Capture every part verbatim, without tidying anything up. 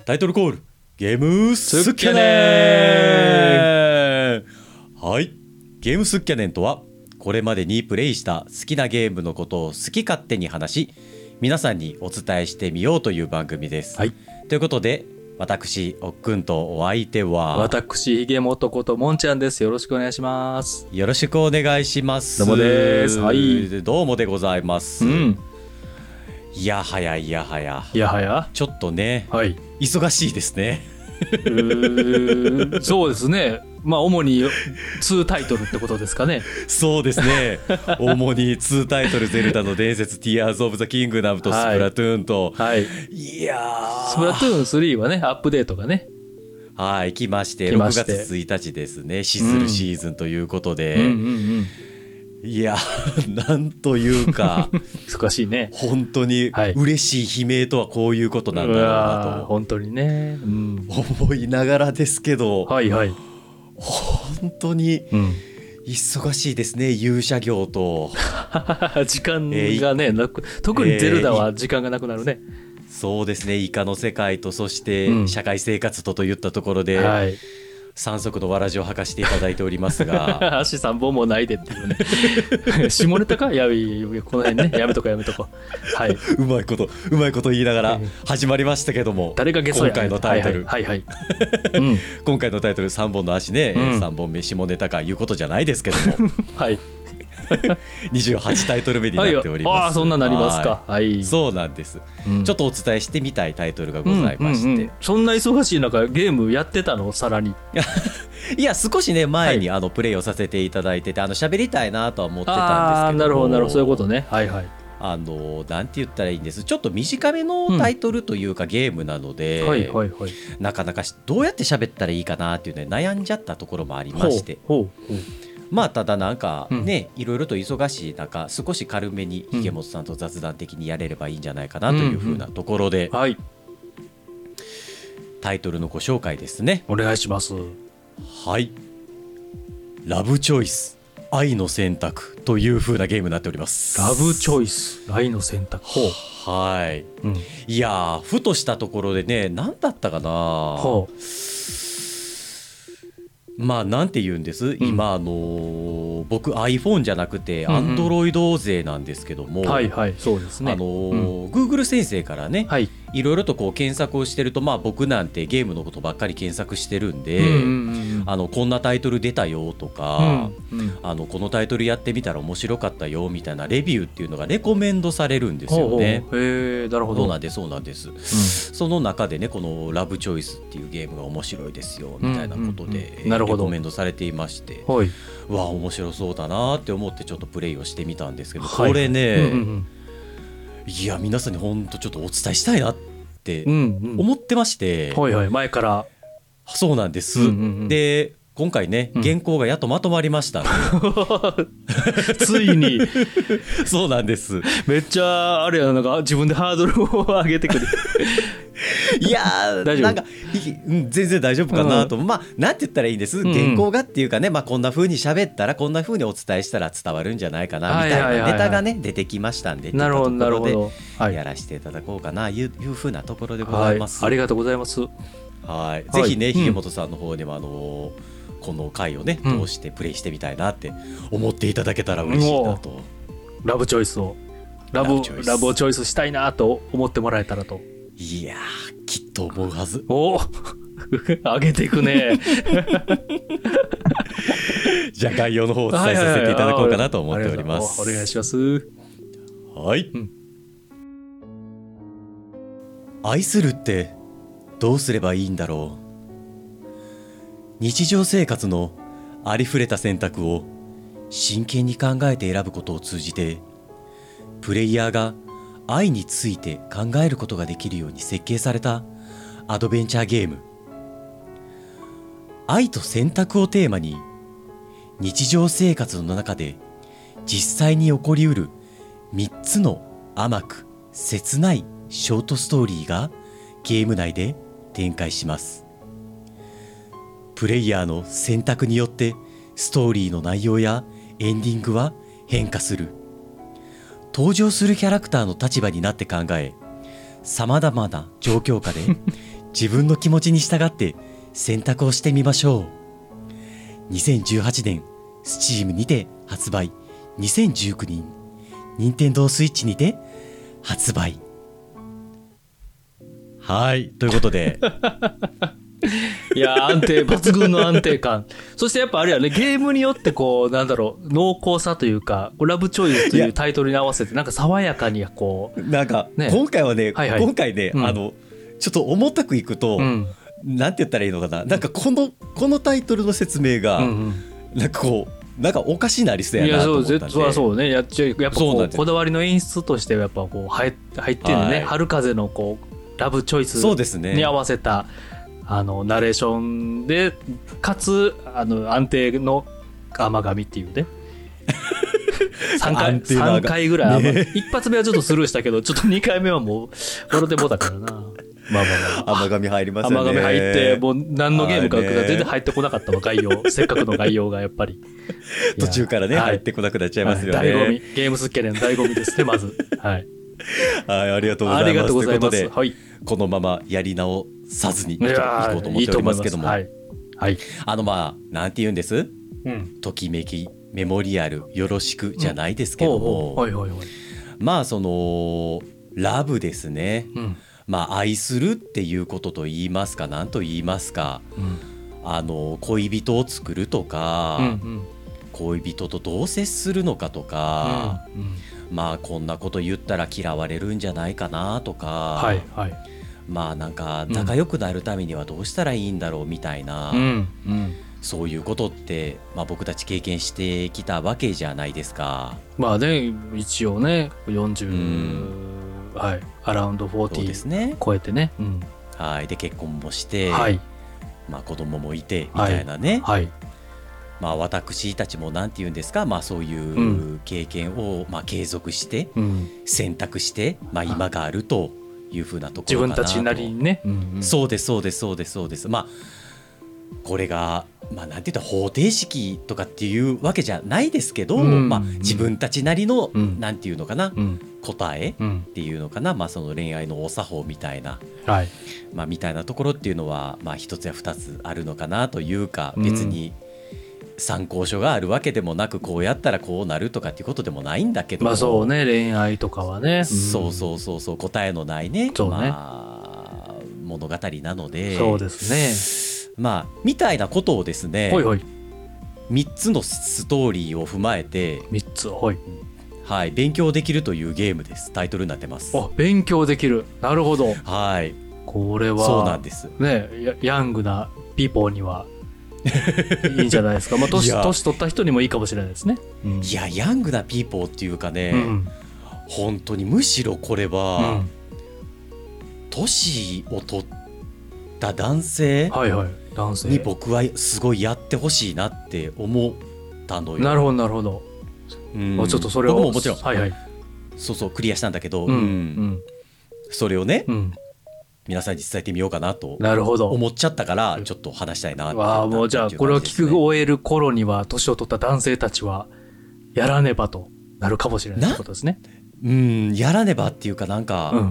タイトルコールゲームスッキャネン。はい、ゲームスッキャネンとはこれまでにプレイした好きなゲームのことを好き勝手に話し皆さんにお伝えしてみようという番組です、 はい、 ということで私おっくんとお相手は私ひげもとこともんちゃんです。よろしくお願いします。 よろしくお願いします。 どうもです。はい、 どうもでございます、うん、いやはやいやはやいやはやちょっとね、 はい、 忙しいですねうーそうですね。まあ主ににタイトルってことですかね。 そうですね主ににタイトルゼルダの伝説ティアーズオブザキングダムとスプラトゥーンと、はいはい、いやースプラトゥーンスリーはねアップデートがねはい来ましてろくがつついたちですね。シズルシーズンということで、うんうんうんうん、いやなんというか難しいね。 本当に嬉しい悲鳴とはこういうことなんだろうなと、 本当にね、うん、 思いながらですけど、 はいはい、 本当に忙しいですね、勇者業と時間がね、えー、なく特にゼルダは時間がなくなるね、えーそうですね、イカの世界とそして社会生活とといったところで、うんはい、三足のわらじを履かしていただいておりますが足さんぼんもないでっていうね下ネタかやびこの辺ねやめとこやめとこ、はい、 うまいことうまいこと言いながら始まりましたけども、 誰がゲストや今回のタイトル、 はいはいはいはい、 今回のタイトルさんぼんの足ね、うん、さんぼんめ下ネタかいうことじゃないですけどもはいにじゅうはちタイトル目になっております。 ああそんななりますか。はい、 そうなんです、うん、ちょっとお伝えしてみたいタイトルがございまして、うんうんうん、 そんな忙しい中ゲームやってたのさらにいや少しね前にあのプレイをさせていただいてて、あの喋りたいなとは思ってたんですけども、 あなるほどなるほど、そういうことね。はいはい、 あのなんて言ったらいいんです、ちょっと短めのタイトルというか、うん、ゲームなので、はいはいはい、なかなかどうやって喋ったらいいかなっていうね悩んじゃったところもありまして、ほうほうほう、まあただなんかね、うん、いろいろと忙しい中少し軽めにひげもとさんと雑談的にやれればいいんじゃないかなというふうなところで、うんうん、はい、タイトルのご紹介ですね。 お願いします。 はい、ラブチョイス愛の選択という風なゲームになっております。 ラブチョイス愛の選択、ほう、はい、うん、いやふとしたところでね、何だったかな、ほう、まあなんて言うんです、うん、今あのー、僕 iPhone じゃなくて Android 勢なんですけども、うんうん、はいはいそうですね、あのーうん、Google 先生からね、はい、いろいろとこう検索をしてると、まあ僕なんてゲームのことばっかり検索してるんで、うんうんうん、あのこんなタイトル出たよとか、うんうん、あのこのタイトルやってみたら面白かったよみたいなレビューっていうのがレコメンドされるんですよね。 ほうほう、へー、なるほど。 そうなんですそうなんです、うん、その中でねこのラブチョイスっていうゲームが面白いですよみたいなことで、うんうんうん、なるほどレコメンドされていまして、はい、うわ面白そうだなって思ってちょっとプレイをしてみたんですけど、はい、これね、うんうんうん、いや皆さんに本当ちょっとお伝えしたいなって思ってまして、 うんうん、はいはい、前からそうなんです、うんうんうん、で今回ね原稿がやっとまとまりました、うん、 ついにそうなんです。 めっちゃあれやな、なんか自分でハードルを上げてくるいやーなんか全然大丈夫かなと、うん、まあなんて言ったらいいんです、うん、原稿がっていうかね、まあ、こんな風に喋ったらこんな風にお伝えしたら伝わるんじゃないかなみたいなネタがね出てきましたんで、 なるほどなるほど、 はい、やらせていただこうかないういう風なところでございます、 はい、ありがとうございます。 はい、ぜひねひげもとさんの方にもあのーこの回をね通してプレイしてみたいなって思っていただけたら嬉しいなと、うん、 ラブチョイスをラブラブをチョイスしたいなと思ってもらえたらと。 いやーきっと思うはず。 お上げていくねじゃあ概要の方をお伝えさせていただこうかなと思っております。 お願いします。 はい、うん、愛するってどうすればいいんだろう。日常生活のありふれた選択を真剣に考えて選ぶことを通じて、プレイヤーが愛について考えることができるように設計されたアドベンチャーゲーム。愛と選択をテーマに、日常生活の中で実際に起こりうるみっつの甘く切ないショートストーリーがゲーム内で展開します。プレイヤーの選択によってストーリーの内容やエンディングは変化する。登場するキャラクターの立場になって考え、さまざまな状況下で自分の気持ちに従って選択をしてみましょう。にせんじゅうはちねん Steam にて発売、にせんじゅうきゅうねん Nintendo Switch にて発売。はい、ということでいや安定抜群の安定感。そしてやっぱあれやね、ゲームによってこうなんだろう、濃厚さというか、ラブチョイスというタイトルに合わせてなんか爽やかにこうなんか、ね、今回はね、はいはい、今回ね、うん、あのちょっと重たくいくと、うん、なんて言ったらいいのかな、なんかこのこのタイトルの説明が、うんうん、なんかこうなんかおかしなりそうやなと思ったんで。いや、そう、そうそうね、やっちゃう、やっぱこうこだわりの演出としてはやっぱこう入入ってるね、はい、春風のこうラブチョイスに合わせた、あのナレーションでかつあの安定の甘噛みっていうねさんかいさんかいぐらい、ね、一発目はちょっとスルーしたけどちょっとにかいめはもう笑ってもうたからな。まあまあまあ甘噛み入りますよね。甘噛み入ってもう何のゲームか全然入ってこなかったわ概要せっかくの概要がやっぱり途中からね、はい、入ってこなくなっちゃいますよね、 はい、醍醐味、ゲームスッケレンの醍醐味ですねまずはいはい、ありがとうございます。 ありがとうございます。 ということで、はい、このままやり直さずにいこうと思っておりますけども、はいはい、あのまあなんて言うんです、うん、ときめきメモリアルよろしくじゃないですけども、うんはいはいはい、まあそのラブですね、うん、まあ愛するっていうことと言いますか、なんと言いますか、うん、あの恋人を作るとか、うんうん、恋人とどう接するのかとか、うんうん、まあこんなこと言ったら嫌われるんじゃないかなとか、はいはい、まあなんか仲良くなるためにはどうしたらいいんだろうみたいな、うんうん、そういうことって、まあ、僕たち経験してきたわけじゃないですか。 まあね、一応ねよんじゅう、うんはい、アラウンドよんじゅうですね、超えてね、うん、 はい、で結婚もして、はいまあ、子供もいてみたいなね、はいはいまあ、私たちもなんて言うんですか、まあ、そういう経験をまあ継続して選択して、まあ、今があるというふうなところかなと。 自分たちなりにね、 うんうん、そうですそうですそうですそうです。まあこれがまあなんて言ったら方程式とかっていうわけじゃないですけど、うんうんまあ、自分たちなりのなんていうのかな、うん、答えっていうのかな、まあ、その恋愛のお作法みたいな、はいまあ、みたいなところっていうのはまあ一つや二つあるのかなというか、別に参考書があるわけでもなく、こうやったらこうなるとかっていうことでもないんだけど、 まあそうね、恋愛とかはね、うん、 そうそうそうそう、答えのない ね, ね、まあ、物語なので、 そうですね、まあみたいなことをですね、はいはい、みっつのストーリーを踏まえてみっつ、はい、 はい、勉強できるというゲームです。タイトルになってます。 あ、勉強できる、なるほど、 はい、 これはそうなんですね、ヤングなピーポーにはいいんじゃないですか。まあ、年, 年取った人にもいいかもしれないですね、 うん、いやヤングなピーポーっていうかね、うん、本当にむしろこれは、うん、年を取った男性に僕はすごいやってほしいなって思ったのよ。 なるほどなるほど、うん、ちょっとそれを僕ももちろん、 はいはい、 そうそうクリアしたんだけど、うんうん、それをね、うん皆さんに伝えてみようかなと思っちゃったからちょっと話したいなって。 わあ、もうじゃあこれを聞く終える頃には年を取った男性たちはやらねばとなるかもしれないってことですね。 うんやらねばっていうかなんか、うんうん、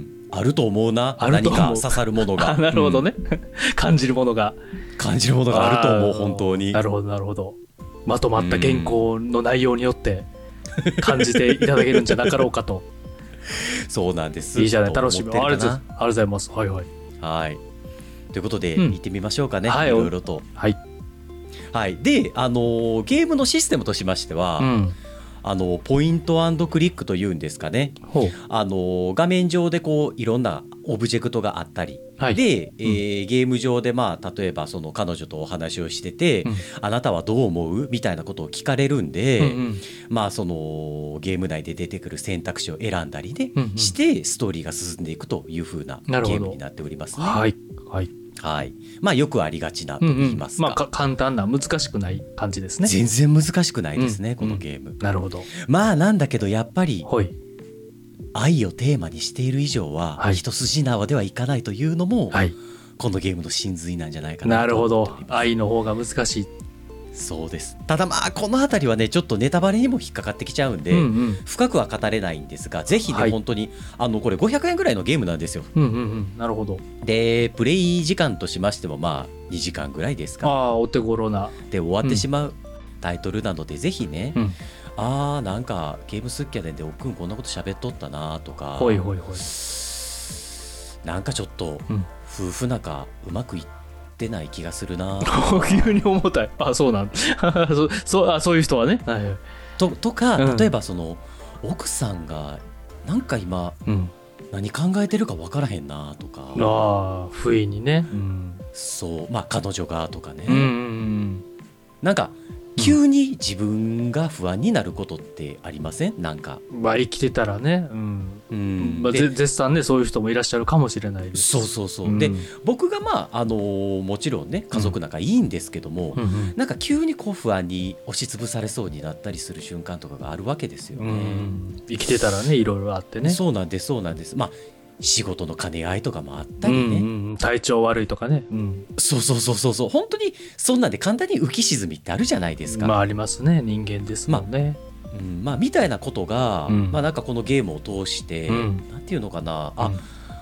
あると思うな。何か刺さるものがなるほどね、うん、感じるものが感じるものがあると思う。本当になるほどなるほど。まとまった原稿の内容によって感じていただけるんじゃなかろうかとそうなんです。 いいじゃない、楽しみ。ありがとうございます。はいはい。 はい。ということで、うん、行ってみましょうかね。はい、いろいろと。 はい。 はい。で、あのー、ゲームのシステムとしましては、うん、あのポイント&クリックというんですかね。あの画面上でこういろんなオブジェクトがあったり、はい、で、えーうん、ゲーム上でまあ例えばその彼女とお話をしてて、うん、あなたはどう思うみたいなことを聞かれるんで、うんうん、まあそのゲーム内で出てくる選択肢を選んだりね、うんうん、してストーリーが進んでいくという風なゲームになっておりますね。 はいはいはい、まあよくありがちなと言いますか、 うんうん、まあ、簡単な難しくない感じですね。 全然難しくないですね、うん、このゲーム、うん、 なるほど。 まあなんだけどやっぱり愛をテーマにしている以上は、はい、一筋縄ではいかないというのも、はい、このゲームの真髄なんじゃないかなと。 なるほど、愛の方が難しい。 そうです。ただまあこの辺りはねちょっとネタバレにも引っかかってきちゃうんで、うんうん、深くは語れないんですが、ぜひね、はい、本当にあのこれごひゃくえんぐらいのゲームなんですよ、 うんうんうん、なるほど。 でプレイ時間としましてもまあにじかんぐらいですか。 ああお手頃なで終わってしまうタイトルなので、うん、ぜひね、うん、あーなんかゲームスッキャデンでおっくんこんなこと喋っとったなとか、 ほいほいほい、 なんかちょっと夫婦仲うまくいってない気がするな急に重たい。あそうなんそ, そ, あそういう人はね、はい、 と, とか例えばその、うん、奥さんがなんか今、うん、何考えてるか分からへんなとか、 あ不意にね、うん、 そうまあ彼女がとかね、 うんうんうん、 なんか急に自分が不安になることってありません？なんか、 まあ、生きてたらね、うんうんまあ、絶賛ねそういう人もいらっしゃるかもしれないです。 そうそうそう、うん、で僕がまあ、あのー、もちろんね家族仲いいんですけども、うんうん、なんか急にこう不安に押しつぶされそうになったりする瞬間とかがあるわけですよね、うん、 生きてたらねいろいろあってね。 そうなんですそうなんです。まあ仕事の兼ね合いとかもあったりね、うんうん、体調悪いとかね、うん、 そうそうそうそうそう、本当にそんなんで簡単に浮き沈みってあるじゃないですか。 まあありますね、人間ですもんね、 まあうんまあ、みたいなことが、うんまあ、なんかこのゲームを通して、うん、なんていうのかなあ、うん、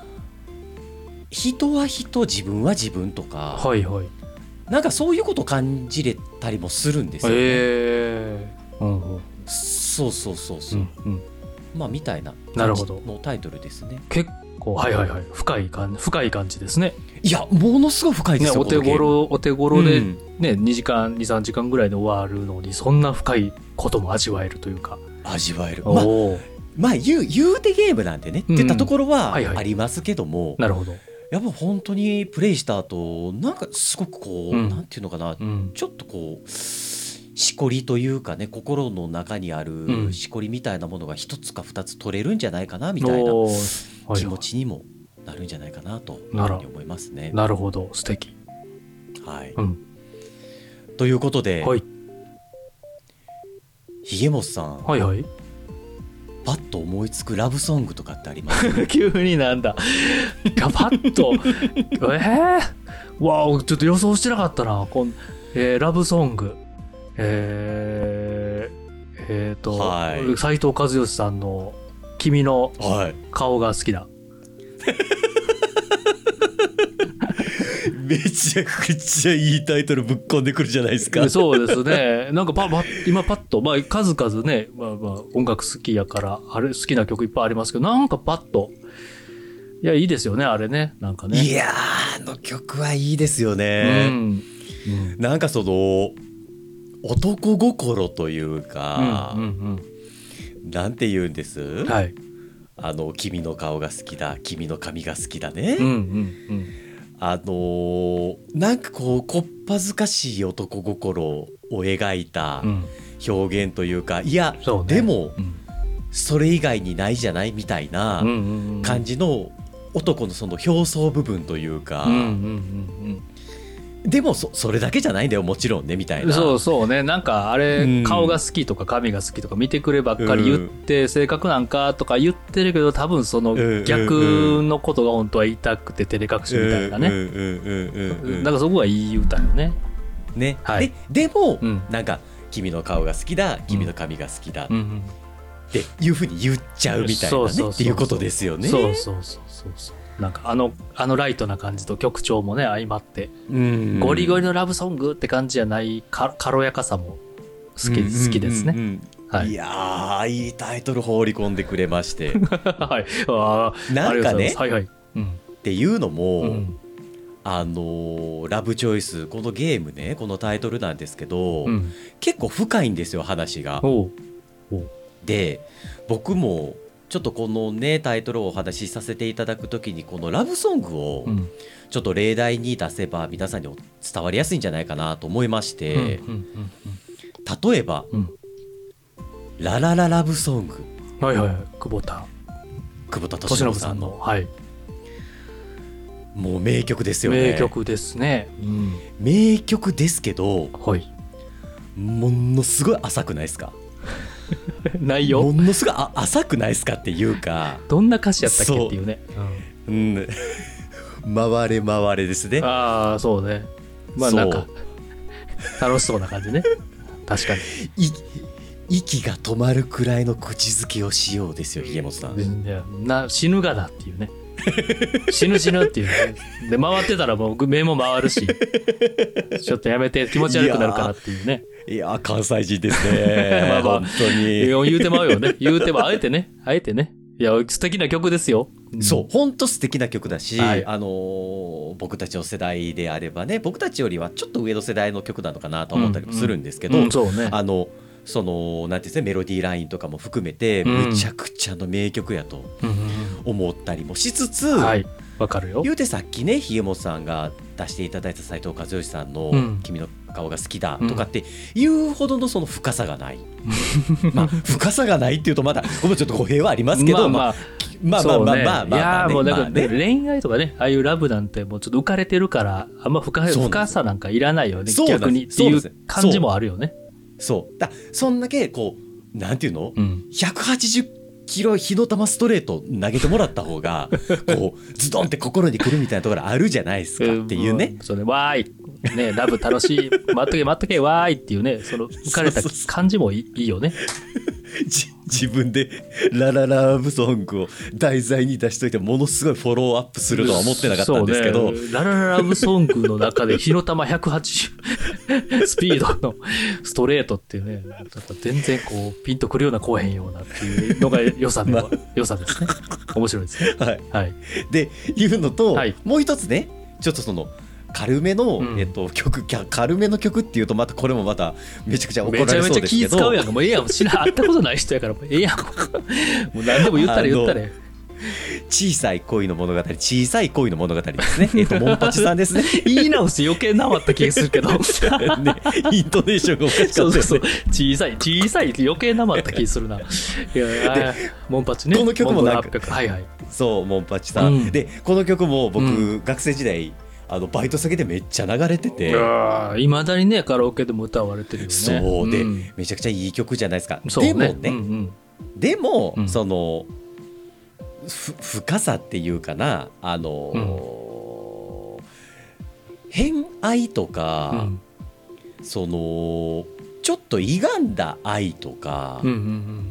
人は人自分は自分とか、 はいはい、 なんかそういうことを感じれたりもするんですよね、 えーうんうん、 そうそうそうそう、うんうん、まあみたいな感じのタイトルですね。 結構はいはいはい深い感じ深い感じですね。 いやものすごい深いですよ、ね、 お手頃お手頃で、ねうん、にじかん にさんじかんぐらいで終わるのにそんな深いことも味わえるというか味わえる。まあ、まあ、言う、言うてゲームなんてね、うん、っていったところはありますけども、はいはい、 なるほど。 やっぱ本当にプレイした後なんかすごくこう、うん、なんていうのかな、うん、ちょっとこうしこりというかね心の中にあるしこりみたいなものが一つか二つ取れるんじゃないかなみたいな気持ちにもなるんじゃないかなというふうに思いますね。 なるほど素敵。 はい、うん、ということで、はい、ひげもっさん、 はいはい、 パッと思いつくラブソングとかってあります急になんだパッとえー、わおちょっと予想してなかったなこん、えー、ラブソングえー、えーと、はい、斉藤和義さんの君の顔が好きだ、はいめちゃくちゃいいタイトルぶっこんでくるじゃないですか。 そうですね。なんかパパ今パッと、まあ、数々ね、まあまあ、音楽好きやからあれ好きな曲いっぱいありますけどなんかパッといやいいですよねあれねなんかね。 いやーあの曲はいいですよね、うんうん、なんかその男心というか、うんうんうん、なんて言うんです、はい、あの君の顔が好きだ君の髪が好きだね、うんうんうんあのー、なんかこうこっぱずかしい男心を描いた表現というか、うん、いや、ね、でも、うん、それ以外にないじゃないみたいな感じの男のその表層部分というか、うんうんうんうんでも そ, それだけじゃないんだよもちろんねみたいな。 そうそうねなんかあれ、うん、顔が好きとか髪が好きとか見てくればっかり言って、うん、性格なんかとか言ってるけど多分その逆のことが本当は言いたくて照れ隠しみたいなね。だからそこがいい歌よね。 ね、はい、で, でも、うん、なんか君の顔が好きだ君の髪が好きだ、うん、っていうふうに言っちゃうみたいなねっていうことですよね。 そうそうそうそうそうなんかあのあのライトな感じと曲調もね相まってうんゴリゴリのラブソングって感じじゃないか軽やかさも好き、好きですね、うんうんうんはい、いやーいいタイトル放り込んでくれましてはいあなんかね、 はいはいうん、 っていうのも、うん、あのー、ラブチョイスこのゲームねこのタイトルなんですけど、うん、結構深いんですよ話が。おうおうで僕もちょっとこのねタイトルをお話しさせていただくときにこのラブソングをちょっと例題に出せば皆さんに伝わりやすいんじゃないかなと思いまして、うんうんうんうん、例えば、うん、ララララブソングはいはい久保田久保田利伸さんの、 はい、 もう名曲ですよね。 名曲ですね、うん、 名曲ですけど、 はい、 ものすごい浅くないですか内容ものすごい浅くないですかっていうかどんな歌詞やったっけっていうねう、うんうん、回れ回れですね。 ああそうねまあなんか楽しそうな感じね。確かに息が止まるくらいの口づけをしようですよ、ひげもとさん。 いやな死ぬがだっていうね死ぬ死ぬっていうね。で回ってたらもう目も回るしちょっとやめて気持ち悪くなるからっていうね。 いや関西人ですねまあまあ本当に言うてまうよね。言うてもあえてねあえてね。いや素敵な曲ですよ、 うん、そう本当素敵な曲だし、はい、あのー、僕たちの世代であればね僕たちよりはちょっと上の世代の曲なのかなと思ったりもするんですけど、うんうんそうね、あのそのなんていうんですねメロディーラインとかも含めてむちゃくちゃの名曲やと思ったりもしつつ、 うんはいわかるよ。 言うてさっきねひげもとさんが出していただいた斉藤和義さんの「君の顔が好きだ」とかっていうほどのその深さがない、うん、まあ深さがないっていうとまだごめんちょっと語弊はありますけどまあまあまあまあまあまあまあいやもうだから恋愛とかねああいうラブなんてもうちょっと浮かれてるからあんま 深, 深さなんかいらないよね逆にっていう感じもあるよね。 そうだそんだけこうなんていうの、うん、ひゃくはちじゅっキロ火の玉ストレート投げてもらった方がこうズドンって心にくるみたいなところあるじゃないですかっていうね、 うん、それわーいねラブ楽しい待っとけ待っとけわーいっていうねその浮かれた感じもいいよね。 自分でラララブソングを題材に出しといてものすごいフォローアップするとは思ってなかったんですけど、 ね、ラララブソングの中で火の玉ひゃくはちじゅうスピードのストレートっていうね全然こうピンとくるようなこうへんようなっていうのが良さでは、まあ、良さですね。面白いですね。 はい、はい、でいうのと、はい、もう一つねちょっとその軽めの、うんえっと、曲軽めの曲っていうとまたこれもまためちゃくちゃ怒られそうですけどめちゃめちゃ気使うやんもうええやん知ら会ったことない人やからもうええやんもう何でも言ったら言ったら小さい恋の物語小さい恋の物語ですねえっとモンパチさんですね言い直す余計なまった気がするけど、ね、 イントネーションがおかしかったですね。そうそうそう小さい小さい余計なまった気がするないやモンパチねこの曲もなんかはいはいそうモンパチさん、うん、でこの曲も僕、うん、学生時代あのバイト先でめっちゃ流れてていまだにねカラオケでも歌われてるよね。 そうで、うん、めちゃくちゃいい曲じゃないですか。でもね、うんうん、でも、うん、そのふ深さっていうかなあの、うん、偏愛とか、うん、そのちょっと歪んだ愛とか、うんうんうん、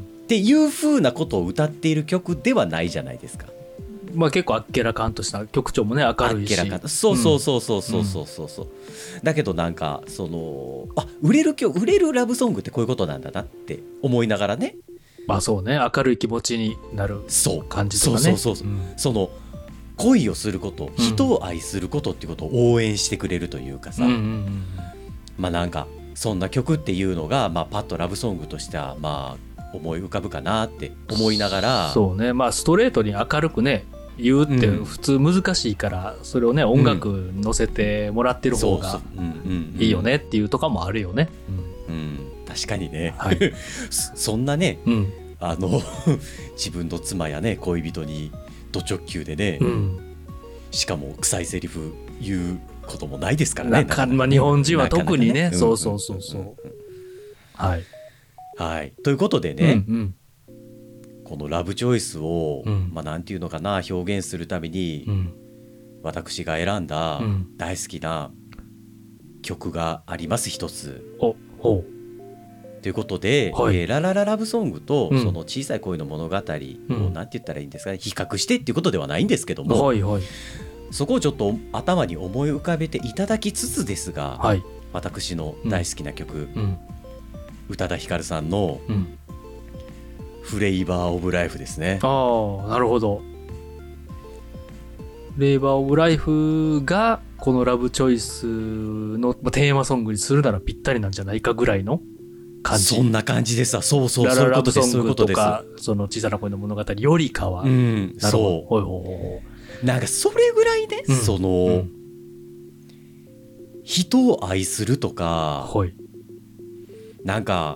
っていう風なことを歌っている曲ではないじゃないですか。 まあ、結構あっけらかんとした曲調もね明るいしあっけらかんそうそうそうそうそうそうそうそう、うん、だけどなんかそのあ売れる曲売れるラブソングってこういうことなんだなって思いながらねまあそうね明るい気持ちになる感じとかねそうそうそうそう、うん、その恋をすること、人を愛することっていうことを応援してくれるというかさ、うんうんうん、まあなんかそんな曲っていうのが、まあ、パッとラブソングとしてはまあ思い浮かぶかなって思いながらそうねまあストレートに明るくね言うって普通難しいから、うん、それをね音楽乗せてもらってる方がいいよねっていうとかもあるよね、 うんうん、確かにね、はい、そんなね、うん、あの自分の妻やね恋人にド直球でね、うん、しかも臭いセリフ言うこともないですからね。 なかまあ、日本人は特にね、ねそうそうそうそう、うんうんうん、はい、 はい、ということでね、うんうんこのラブチョイスを、うんまあ、なんていうのかな表現するために、うん、私が選んだ大好きな曲があります一つ、 うん、おということで、はいえー、ララララブソングと、うん、その小さい恋の物語を、うん、なんて言ったらいいんですかね比較してっていうことではないんですけども、はいはい、そこをちょっと頭に思い浮かべていただきつつですが、はい、私の大好きな曲、うん、宇多田ヒカルさんの、うんフレイバーオブライフですね。 ああ、なるほど。フレイバーオブライフがこのラブチョイスのテーマソングにするならぴったりなんじゃないかぐらいの感じ。 そんな感じですわ。そうそうそういうことです。そういうことです。 ラララブソングとかその小さな恋の物語よりかは、うん、なるほど。そうほいほいほいなんかそれぐらいね、うん、その、うん、人を愛するとか、はい、なんか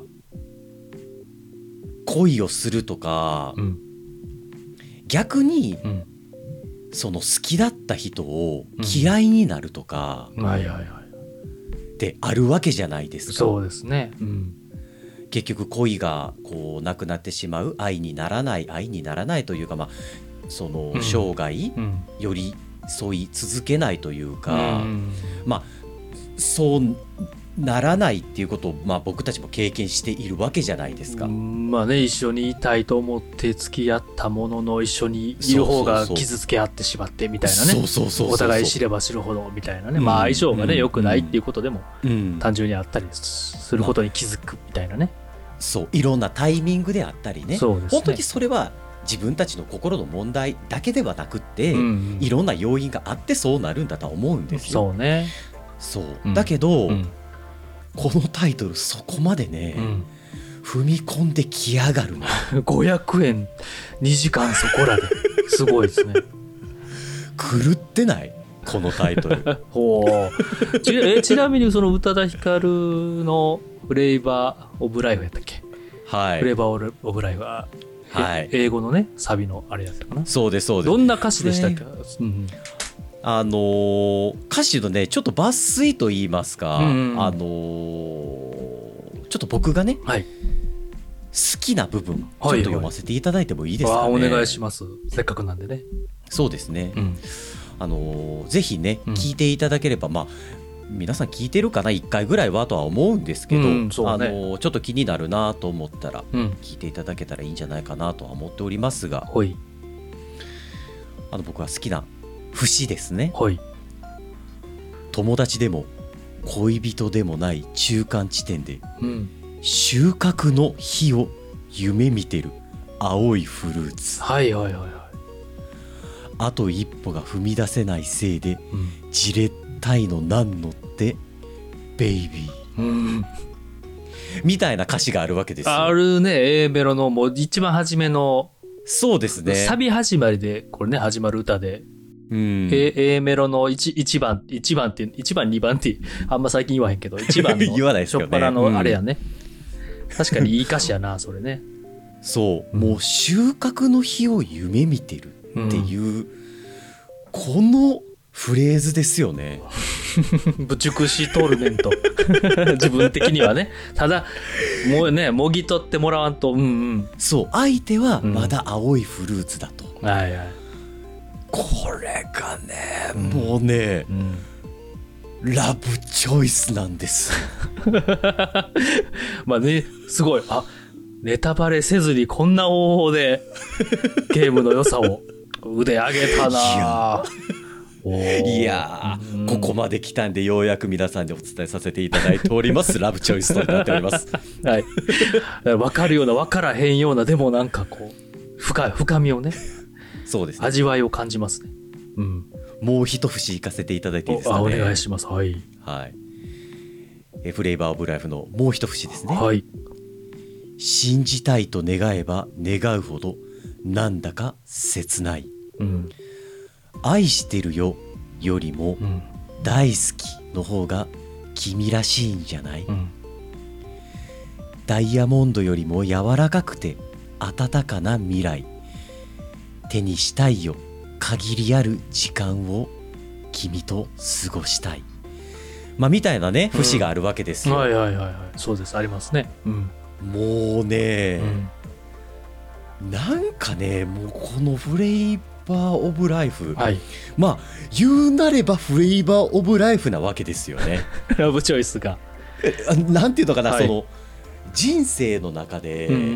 恋をするとか、うん、逆に、うん、その好きだった人を嫌いになるとか、うんはいはいはい、ってあるわけじゃないですか。 そうですね、うん、 結局恋がこうなくなってしまう愛にならない愛にならないというか、まあ、その生涯寄り添い続けないというか、うん、まあそうならないっていうことを、まあ、僕たちも経験しているわけじゃないですか。 まあね、一緒にいたいと思って付き合ったものの一緒にいる方が傷つけ合ってしまってみたいなね、お互い知れば知るほどみたいなね、うん、まあ相性がね、うん、良くないっていうことでも、うん、単純にあったりすることに気づくみたいなね、まあ、そういろんなタイミングであったり ね, そうですね、本当にそれは自分たちの心の問題だけではなくって、うんうん、いろんな要因があってそうなるんだとは思うんですよ。 そうね。 そう、うん、だけど、うん、このタイトルそこまでね、うん、踏み込んできやがるのごひゃくえんにじかんそこらですごいですね。 狂ってないこのタイトルほう ち, えちなみにその宇多田ヒカルのフレーバーオブライフやったっけ、 はい、 フレーバーオブライフは、はい、英語のねサビのあれやったかな。 そうですそうです。 どんな歌詞でしたっけ、ね、うん、 あのー、歌詞のねちょっと抜粋と言いますか、うんうん、あのー、ちょっと僕がね、はい、好きな部分ちょっと読ませていただいてもいいですかね。 はいはい、お願いします。せっかくなんでね。 そうですね、うん、あのー、ぜひね聞いていただければ、うん、まあ皆さん聞いてるかないっかいぐらいはとは思うんですけど、うんね、あのちょっと気になるなと思ったら、うん、聞いていただけたらいいんじゃないかなとは思っておりますが、はい、あの僕は好きな節ですね、はい、友達でも恋人でもない中間地点で、うん、収穫の日を夢見てる青いフルーツ、はいはいはいはい、あと一歩が踏み出せないせいで、うん、じれったいのなんのってベイビー、うん、みたいな歌詞があるわけですよ。 あるね。 A メロのもう一番初めの、 そうですね、 サビ始まりでこれね始まる歌で、うん、A, A メロの 1, 1番1番っていちばんにばんってあんま最近言わへんけどいちばんの言わないですよね、 しょっぱなのあれやね、うん、確かにいい歌詞やなそれね。 そう、うん、もう収穫の日を夢見てるっていう、うん、このフレーズですよね。 ぶちくしトルメント自分的にはね。ただもうねもぎ取ってもらわんと、うんうん、 そう相手はまだ青いフルーツだと、 うん、はいはい、 これがね、うん、もうね、うん、ラブチョイスなんですまあねすごい、あネタバレせずにこんな方法でゲームの良さを腕上げたな。 いやー、うん、ここまで来たんでようやく皆さんにお伝えさせていただいておりますラブチョイスとなっております。 はい、分かるような分からへんようなでもなんかこう 深, 深みをね、 そうですね、 味わいを感じますね、 うん、もう一節いかせていただいていいですかね。 お, お願いします。はい、 はい、えフレーバーオブライフのもう一節ですね。 はい、 信じたいと願えば願うほどなんだか切ない、うん、愛してるよよりも大好きの方が君らしいんじゃない、うん、ダイヤモンドよりも柔らかくて温かな未来手にしたいよ限りある時間を君と過ごしたい、まあみたいなね節があるわけですよ、 うん、はいはいはいはい、そうです、ありますね、うん、 もうね、うん、なんかねもうこのフレーバーオブライフ、はい、まあ言うなればフレーバーオブライフなわけですよねラブチョイスがなんていうのかな、はい、その人生の中で、うんうん、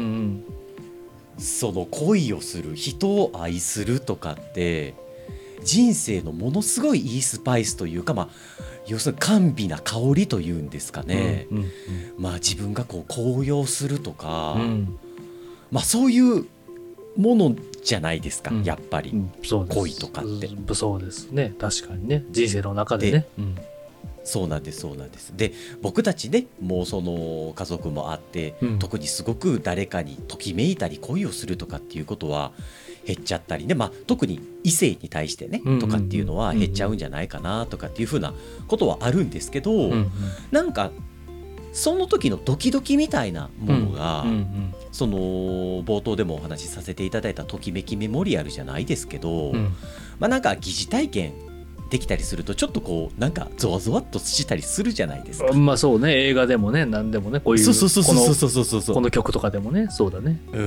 その恋をする人を愛するとかって人生のものすごいいいスパイスというか、まあ、要するに甘美な香りというんですかね、うんうんうん、まあ自分がこう高揚するとか、うん、まあそういうものじゃないですか、うん、やっぱり、うん、そうです、恋とかって、 うん、そうですね、確かにね、人生の中でね、うん、 そうなんですそうなんです。で僕たちねもうその家族もあって、うん、特にすごく誰かにときめいたり恋をするとかっていうことは減っちゃったりね、まあ、特に異性に対してね、うんうん、とかっていうのは減っちゃうんじゃないかなとかっていうふうなことはあるんですけど、うんうん、なんかその時のドキドキみたいなものが、うんうんうん、その冒頭でもお話しさせていただいたときめきメモリアルじゃないですけど、うん、まあなんか疑似体験できたりするとちょっとこうなんかゾワゾワっとしたりするじゃないですか。 まあそうね、映画でもね何でもねこういうこの曲とかでもね、そうだね、うん、うん、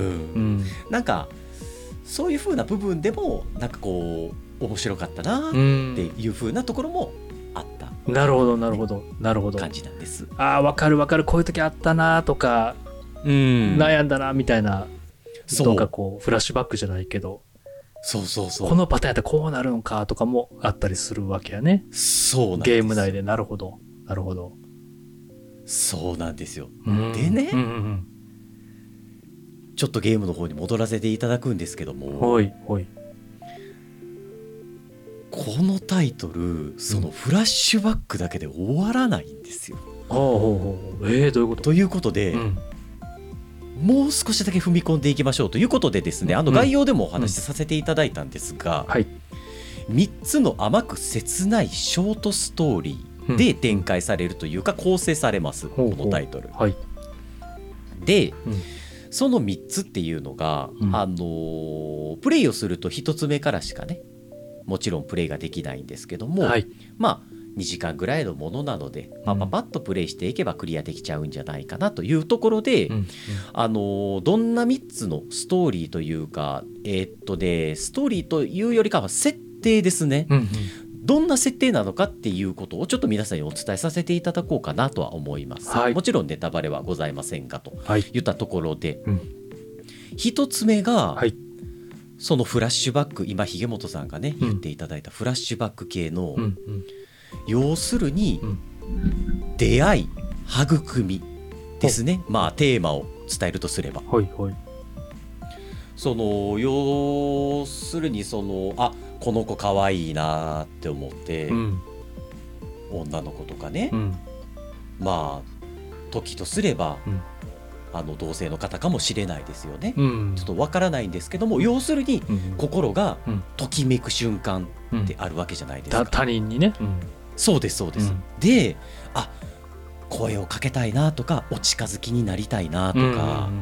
なんかそういう風な部分でもなんかこう面白かったなっていう風なところもあった、 なるほどなるほどなるほど感じなんです。 ああ、分かる分かる、こういう時あったなとか、うん、悩んだなみたいな、そうか、こうフラッシュバックじゃないけど、 そうそうそう、 このパターンやったらこうなるのかとかもあったりするわけやね。 そうなんです。 ゲーム内で。なるほどなるほど、 そうなんですよ。でね、うんうんうん、ちょっとゲームの方に戻らせていただくんですけども、 ほいほい、 このタイトル、そのフラッシュバックだけで終わらないんですよ。 うん、ほうほうほう、えー、どういうこと？ ということで、うん、もう少しだけ踏み込んでいきましょうということでですね、あの概要でもお話しさせていただいたんですが、うんうん、はい、みっつの甘く切ないショートストーリーで展開されるというか構成されます、うん、このタイトル、はい、で、うん、そのみっつっていうのが、うん、あのー、プレイをするとひとつめからしかね、もちろんプレイができないんですけども、はい、まあにじかんぐらいのものなので、パパパッとプレイしていけばクリアできちゃうんじゃないかなというところで、うんうん、あのどんなみっつのストーリーというか、えー、っとでストーリーというよりかは設定ですね、うんうん、どんな設定なのかっていうことをちょっと皆さんにお伝えさせていただこうかなとは思います、はい、もちろんネタバレはございませんがといったところで、はい、うん、ひとつめが、はい、そのフラッシュバック、今ひげもとさんがね、うん、言っていただいたフラッシュバック系の、うんうん、要するに、うん、出会い育みですね、まあテーマを伝えるとすれば、はいはい、その要するにそのあこの子かわいいなって思って、うん、女の子とかね、うん、まあ時とすれば、うん、あの同性の方かもしれないですよね、うん、ちょっとわからないんですけども、要するに心がときめく瞬間ってあるわけじゃないですか、 他人にね、うん、 そうですそうです、うん、で、あ声をかけたいなとかお近づきになりたいなとか、うんうんうん、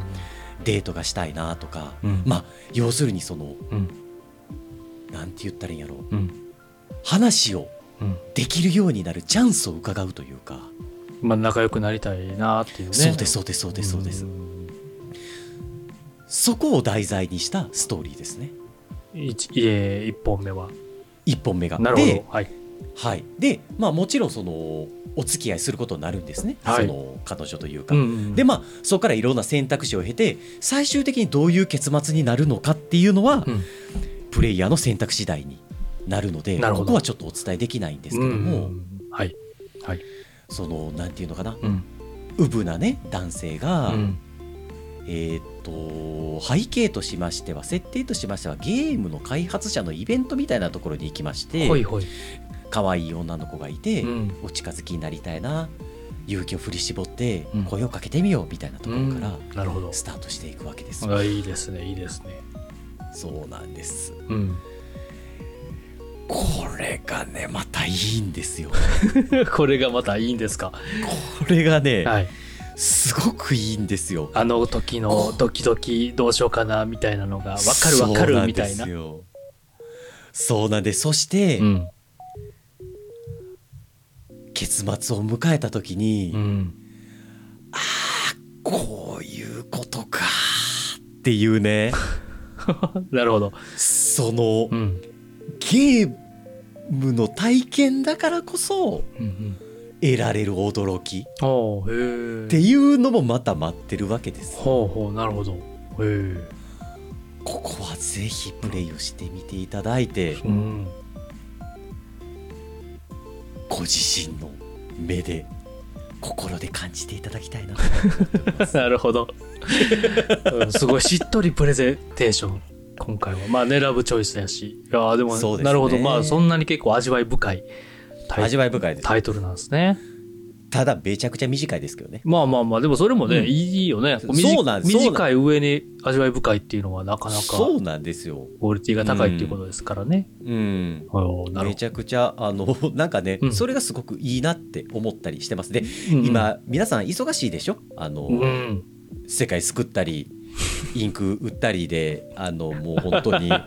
デートがしたいなとか、うん、まあ要するにその、うん、なんて言ったらいいんやろう、うん、話をできるようになるチャンスを伺うというか、 まあ、仲良くなりたいなっていうね。 そうですそうですそうですそうです、うん、そこを題材にしたストーリーですね。 いえいっぽんめはいっぽんめがなるほど、で、 はいはい、で、まあ、もちろんそのお付き合いすることになるんですね、はい、その彼女というか、うんうん、でまあそこからいろんな選択肢を経て最終的にどういう結末になるのかっていうのは、うん、プレイヤーの選択次第になるので、ここはちょっとお伝えできないんですけども、うん、はいはい、そのなんていうのかな、うん、うぶなね男性が、うん、えー、っと背景としましては設定としましてはゲームの開発者のイベントみたいなところに行きまして、ほいほい、可愛い女の子がいて、うん、お近づきになりたいな、勇気を振り絞って声をかけてみようみたいなところからスタートしていくわけです、 うん、あ、いいですねいいですね。 そうなんです、うん、これがねまたいいんですよこれがまたいいんですか。 これがね、はい、すごくいいんですよ。 あの時のドキドキどうしようかなみたいなのが分かる分かるみたいな。 そうなんですよ。そうなんです。そして、うん、結末を迎えた時に、うん、ああこういうことかっていうねなるほど。 その、うん、ゲームの体験だからこそ、うんうん、得られる驚きっていうのもまた待ってるわけです。 ほうほう、なるほど。へえ。 ここはぜひプレイをしてみていただいて、うん、ご自身の目で心で感じていただきたいなと思ってますなるほど、うん、すごいしっとりプレゼンテーション今回は。まあねラブチョイスやし、いやでもそうですね、なるほど、まあそんなに結構味わい深いタイ味わい深いですタイトルなんですね。 ただめちゃくちゃ短いですけどね。 まあまあまあでもそれもね、うん、いいよね。そうなんです。短い上に味わい深いっていうのはなかなかそうなんですよ。 クオリティが高いっていうことですからね。うん。 うん、めちゃくちゃあのなんかね、うん、それがすごくいいなって思ったりしてます。で、うん、今皆さん忙しいでしょ。あの、うん、世界救ったりインク売ったりであのもう本当にで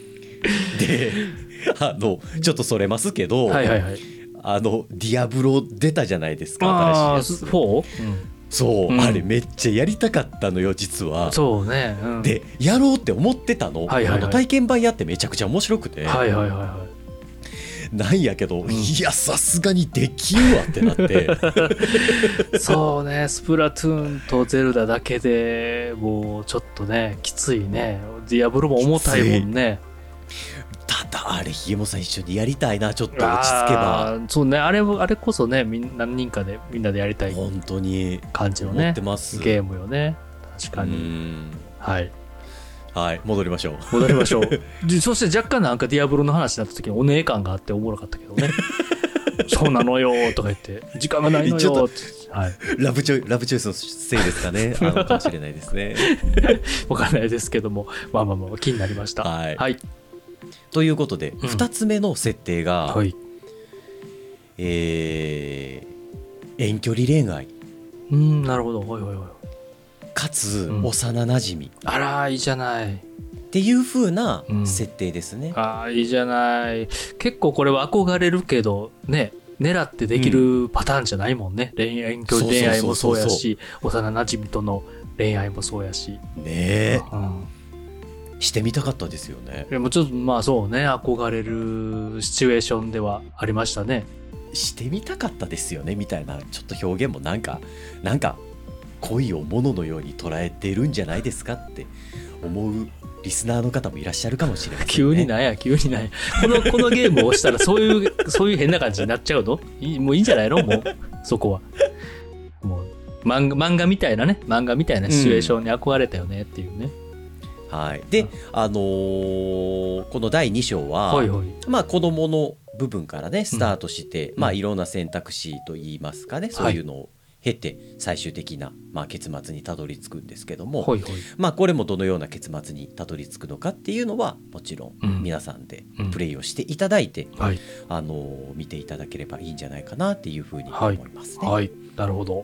あのちょっとそれますけど。はいはいはい。あのディアブロ出たじゃないですか、新しいやつ。フォー？うん、そう、うん、あれめっちゃやりたかったのよ実は。 そうね、うん、 でやろうって思ってたの、はいはいはい、あの体験版やってめちゃくちゃ面白くて、はいはいはいはなんやけど、うん、いやさすがにできるわってなってそうね、スプラトゥーンとゼルダだけでもうちょっとねきついね。ディアブロも重たいもんね。 ただあれひげもさん一緒にやりたいな、ちょっと落ち着けば。 そうね、あれあれこそね、みん何人かでみんなでやりたい本当に感じのねゲームよね。確かに。うんはいはい、戻りましょう戻りましょうそして若干なんかディアブロの話になった時にお姉感があっておもろかったけどねそうなのよとか言って時間がないのよって、はい、 ラブチョイラブチョイスのせいですかねあのかもしれないですねわかんないですけども、まあまあまあ気になりました。 はい、 はい、 ということで、うん、ふたつめの設定が、はい、えー、遠距離恋愛。 うん、なるほど。はいはいはい。 かつ、うん、幼なじみ。 あらいいじゃないっていう風な設定ですね。 うん、あいいじゃない。結構これは憧れるけどね、狙ってできるパターンじゃないもんね。うん、恋愛遠距離恋愛もそうやし、幼なじみとの恋愛もそうやし。 ねえ、うん、してみたかったですよね。 でもちょっとまあそうね、憧れるシチュエーションではありましたね。 してみたかったですよねみたいなちょっと表現もなんかなんか恋をもののように捉えてるんじゃないですかって思うリスナーの方もいらっしゃるかもしれませんね。 急になんや急になんやこのこのゲームを押したらそういうそういう変な感じになっちゃうの？いもういいんじゃないの？もうそこはもう漫画漫画みたいなね漫画みたいなシチュエーションに憧れたよねっていうね。 うん、はい。で、あのー、このだいに章は、 はいはい、 まあ子供の部分からねスタートして、うん、まあいろんな選択肢といいますかね、うん、そういうのを経て最終的な、まあ、結末にたどり着くんですけども、はいはい、まあこれもどのような結末にたどり着くのかっていうのはもちろん皆さんでプレイをしていただいて、うんうん、あの見ていただければいいんじゃないかなっていうふうに思いますね。 はい、はい、なるほど。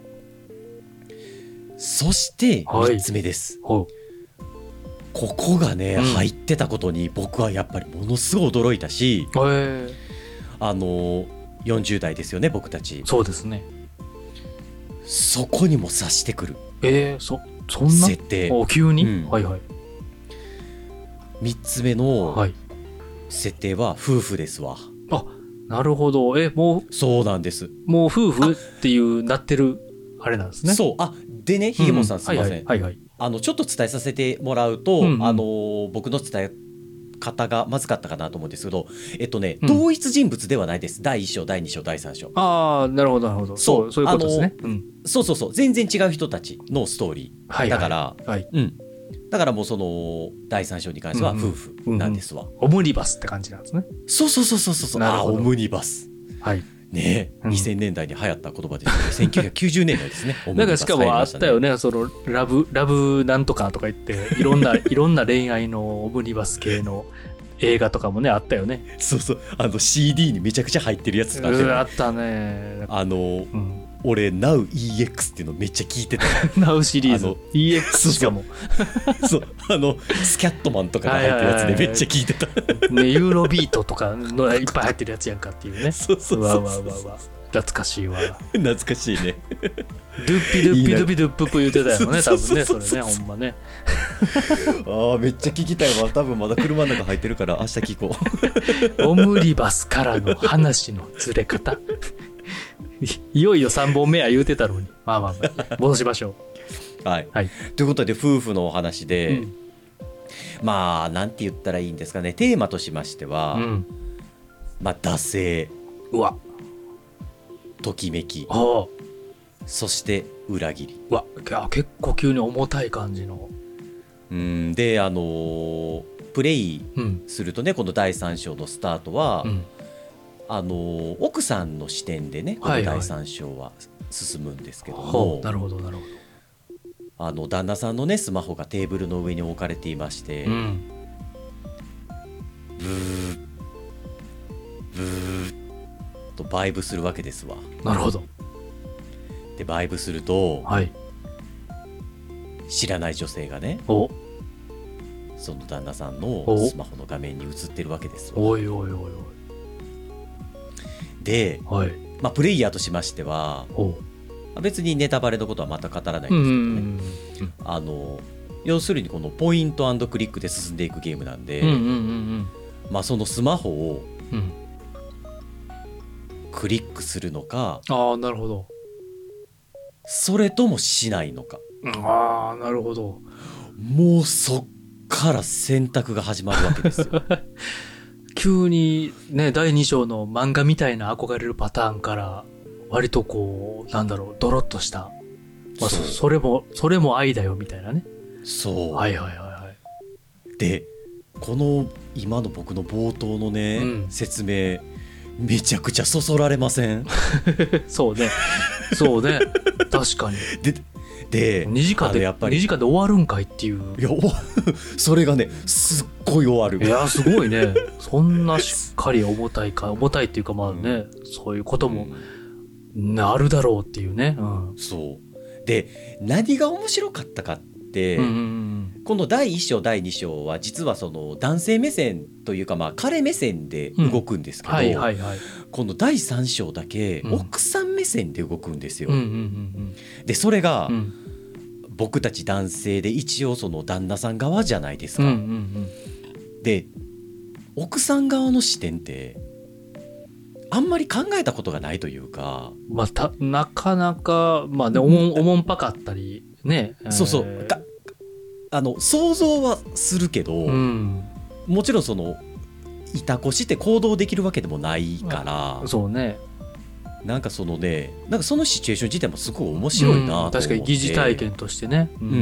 そしてみっつめです。はいはい、ここがね、うん、入ってたことに僕はやっぱりものすごい驚いたし、あのよんじゅう代ですよね僕たち。 そうですね。 そこにも察してくる。 えー、そそんな設定。 急に、うん、はいはい。 みっつめの設定は夫婦ですわ。 あ、なるほど。えもうそうなんです。 もう夫婦っていうなってるあれなんですね。 そう。あでねひげもさんすみません。 はいはいはいはい、 あのちょっと伝えさせてもらうと、うんうん、あの僕の伝え方がまずかったかなと思うんですけど、えっとね、うん、同一人物ではないです。だいいっ章だいに章だいさん章。 ああなるほどなるほど。そうそういうことですね。 うん、そうそうそう全然違う人たちのストーリー、はいはい、だから、はいうん、だからもうそのだいさん章に関しては夫婦なんですわ、うんうんうん、 オムニバスって感じなんですね。 そうそうそうそうそう。あオムニバス。はいねえ、うん、にせんねんだいに流行った言葉ですよね。せんきゅうひゃくきゅうじゅうねんだいですね。 なんかしかもあったよね、そのラブラブなんとかとか言っていろんないろんな恋愛のオムニバス系の映画とかもねあったよね。 そうそうあの シーディー にめちゃくちゃ入ってるやつあって、ね、あったね。 あの、うん、俺 ナウイーエックス っていうのめっちゃ聞いてた。 ナウシリーズ イーエックス しかもそうあのスキャットマンとかが入ってるやつでめっちゃ聞いてた。 ねユーロビートとかのいっぱい入ってるやつやんかっていうね。 そうそうそうそう。わわわわ懐かしいわ。 懐かしいね。 ドゥッピドゥッピドゥピドゥッププ言ってたよね多分ねそれねほんまね。 ああめっちゃ聞きたいわ。多分まだ車の中入ってるから明日聞こう。オムニバスからの話のずれ方。いよいよさんぼんめや言うてたのにまあまあ、まあ、戻しましょう。はい、はい、ということで夫婦のお話で、うん、まあなんて言ったらいいんですかね。テーマとしましては、うん、まあ惰性。 うわときめき、 あそして裏切り。 うわ結構急に重たい感じの。 うんであのー、プレイするとね、うん、このだいさん章のスタートは、うん、あのー、奥さんの視点でねこのだいさん章は進むんですけども、はいはい、 なるほどなるほど。 あの旦那さんのねスマホがテーブルの上に置かれていまして、うん、ブーブーとバイブするわけですわ。 なるほど。 でバイブすると、はい、知らない女性がねおその旦那さんのスマホの画面に映ってるわけですわ。 おいおいおいおい。 で、はいまあ、プレイヤーとしましては別にネタバレのことはまた語らないんですけどね、あの要するにこのポイント&クリックで進んでいくゲームなんで、うんうんうんうんまあ、そのスマホを、うんクリックするのか、 ああなるほど、 それともしないのか、 ああなるほど、 もうそっから選択が始まるわけですよ急にねだいに章の漫画みたいな憧れるパターンから割とこうなんだろうドロッとした、まあ、そ, それもそれも愛だよみたいなね。 そうはいはいはいはい。 でこの今の僕の冒頭のね、うん、説明めちゃくちゃそそられませんそうねそうね確かに。 ででにじかんでやっぱりにじかんで終わるんかいっていう。 いやそれがねすっごい終わる。 いやすごいねそんなしっかり重たいか重たいっていうかまあね、うん、そういうこともなるだろうっていうね、うん、 そうで何が面白かったかって、うんうんうん、このだいいっ章だいに章は実はその男性目線というかまあ彼目線で動くんですけど、うんはいはいはい、このだいさん章だけ奥さん目線で動くんですよ、うんうんうんうん、でそれが、うん、僕たち男性で一応その旦那さん側じゃないですか、うんうんうん、で奥さん側の視点ってあんまり考えたことがないというか、 まあ、たなかなかまあねおもん、おもんぱかったりね、 そうそう、えー、あの想像はするけど、うん、もちろんそのいたこして行動できるわけでもないから、 そうね、 なんかそのねなんかそのシチュエーション自体もすごい面白いなと思って、うん、 確かに疑似体験としてね、うんうん、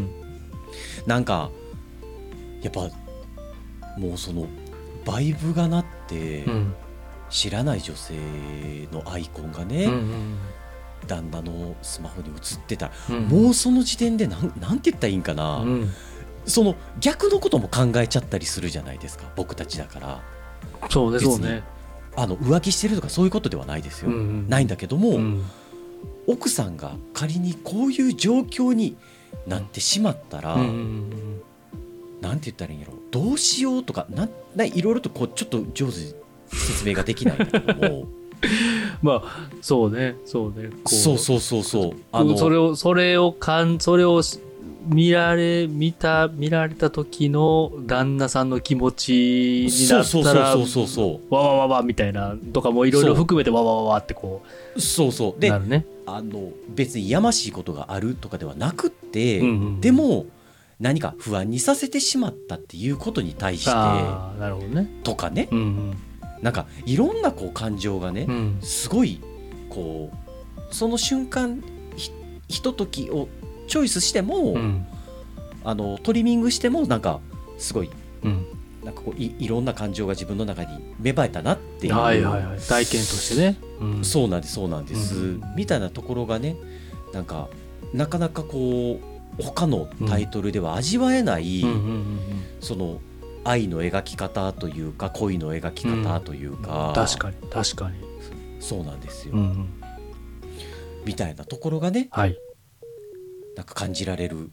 なんかやっぱもうそのバイブがなって、うん、知らない女性のアイコンがね、うんうん、旦那のスマホに映ってたら、うん、もうその時点でなん、なんて言ったらいいんかな、うん、その逆のことも考えちゃったりするじゃないですか僕たちだから。 そうねそうね、 あの浮気してるとかそういうことではないですよ、うんうん、ないんだけども、うん、奥さんが仮にこういう状況になってしまったら、うんうんうん、なんて言ったらいいんやろ、どうしようとかなないろいろとこうちょっと上手に説明ができないんだけどもまあそうねそうねこうそうそうそうそうあのそれをそれをかんそれを見られ見た見られた時の旦那さんの気持ちになったらそうそうそうそうわわわわみたいなとかもいろいろ含めてわわわわってこうそうそうでなるね。 あの別にやましいことがあるとかではなくって、うんうん、でも何か不安にさせてしまったっていうことに対してあなるほどねとかね、うんうん、なんかいろんなこう感情がね、うん、すごいこうその瞬間 ひ, ひとときをチョイスしても、うん、あのトリミングしてもなんかすごい、うん、なんかこう い, いろんな感情が自分の中に芽生えたなっていう、 はいはいはい、体験としてね、 うん、そうなんですそうなんです、うん、みたいなところがねなんかなかなかこう他のタイトルでは味わえない、うん、その愛の描き方というか恋の描き方というか、 うん、確かに確かにそうなんですよ、うん、みたいなところがね、はい、なんか感じられる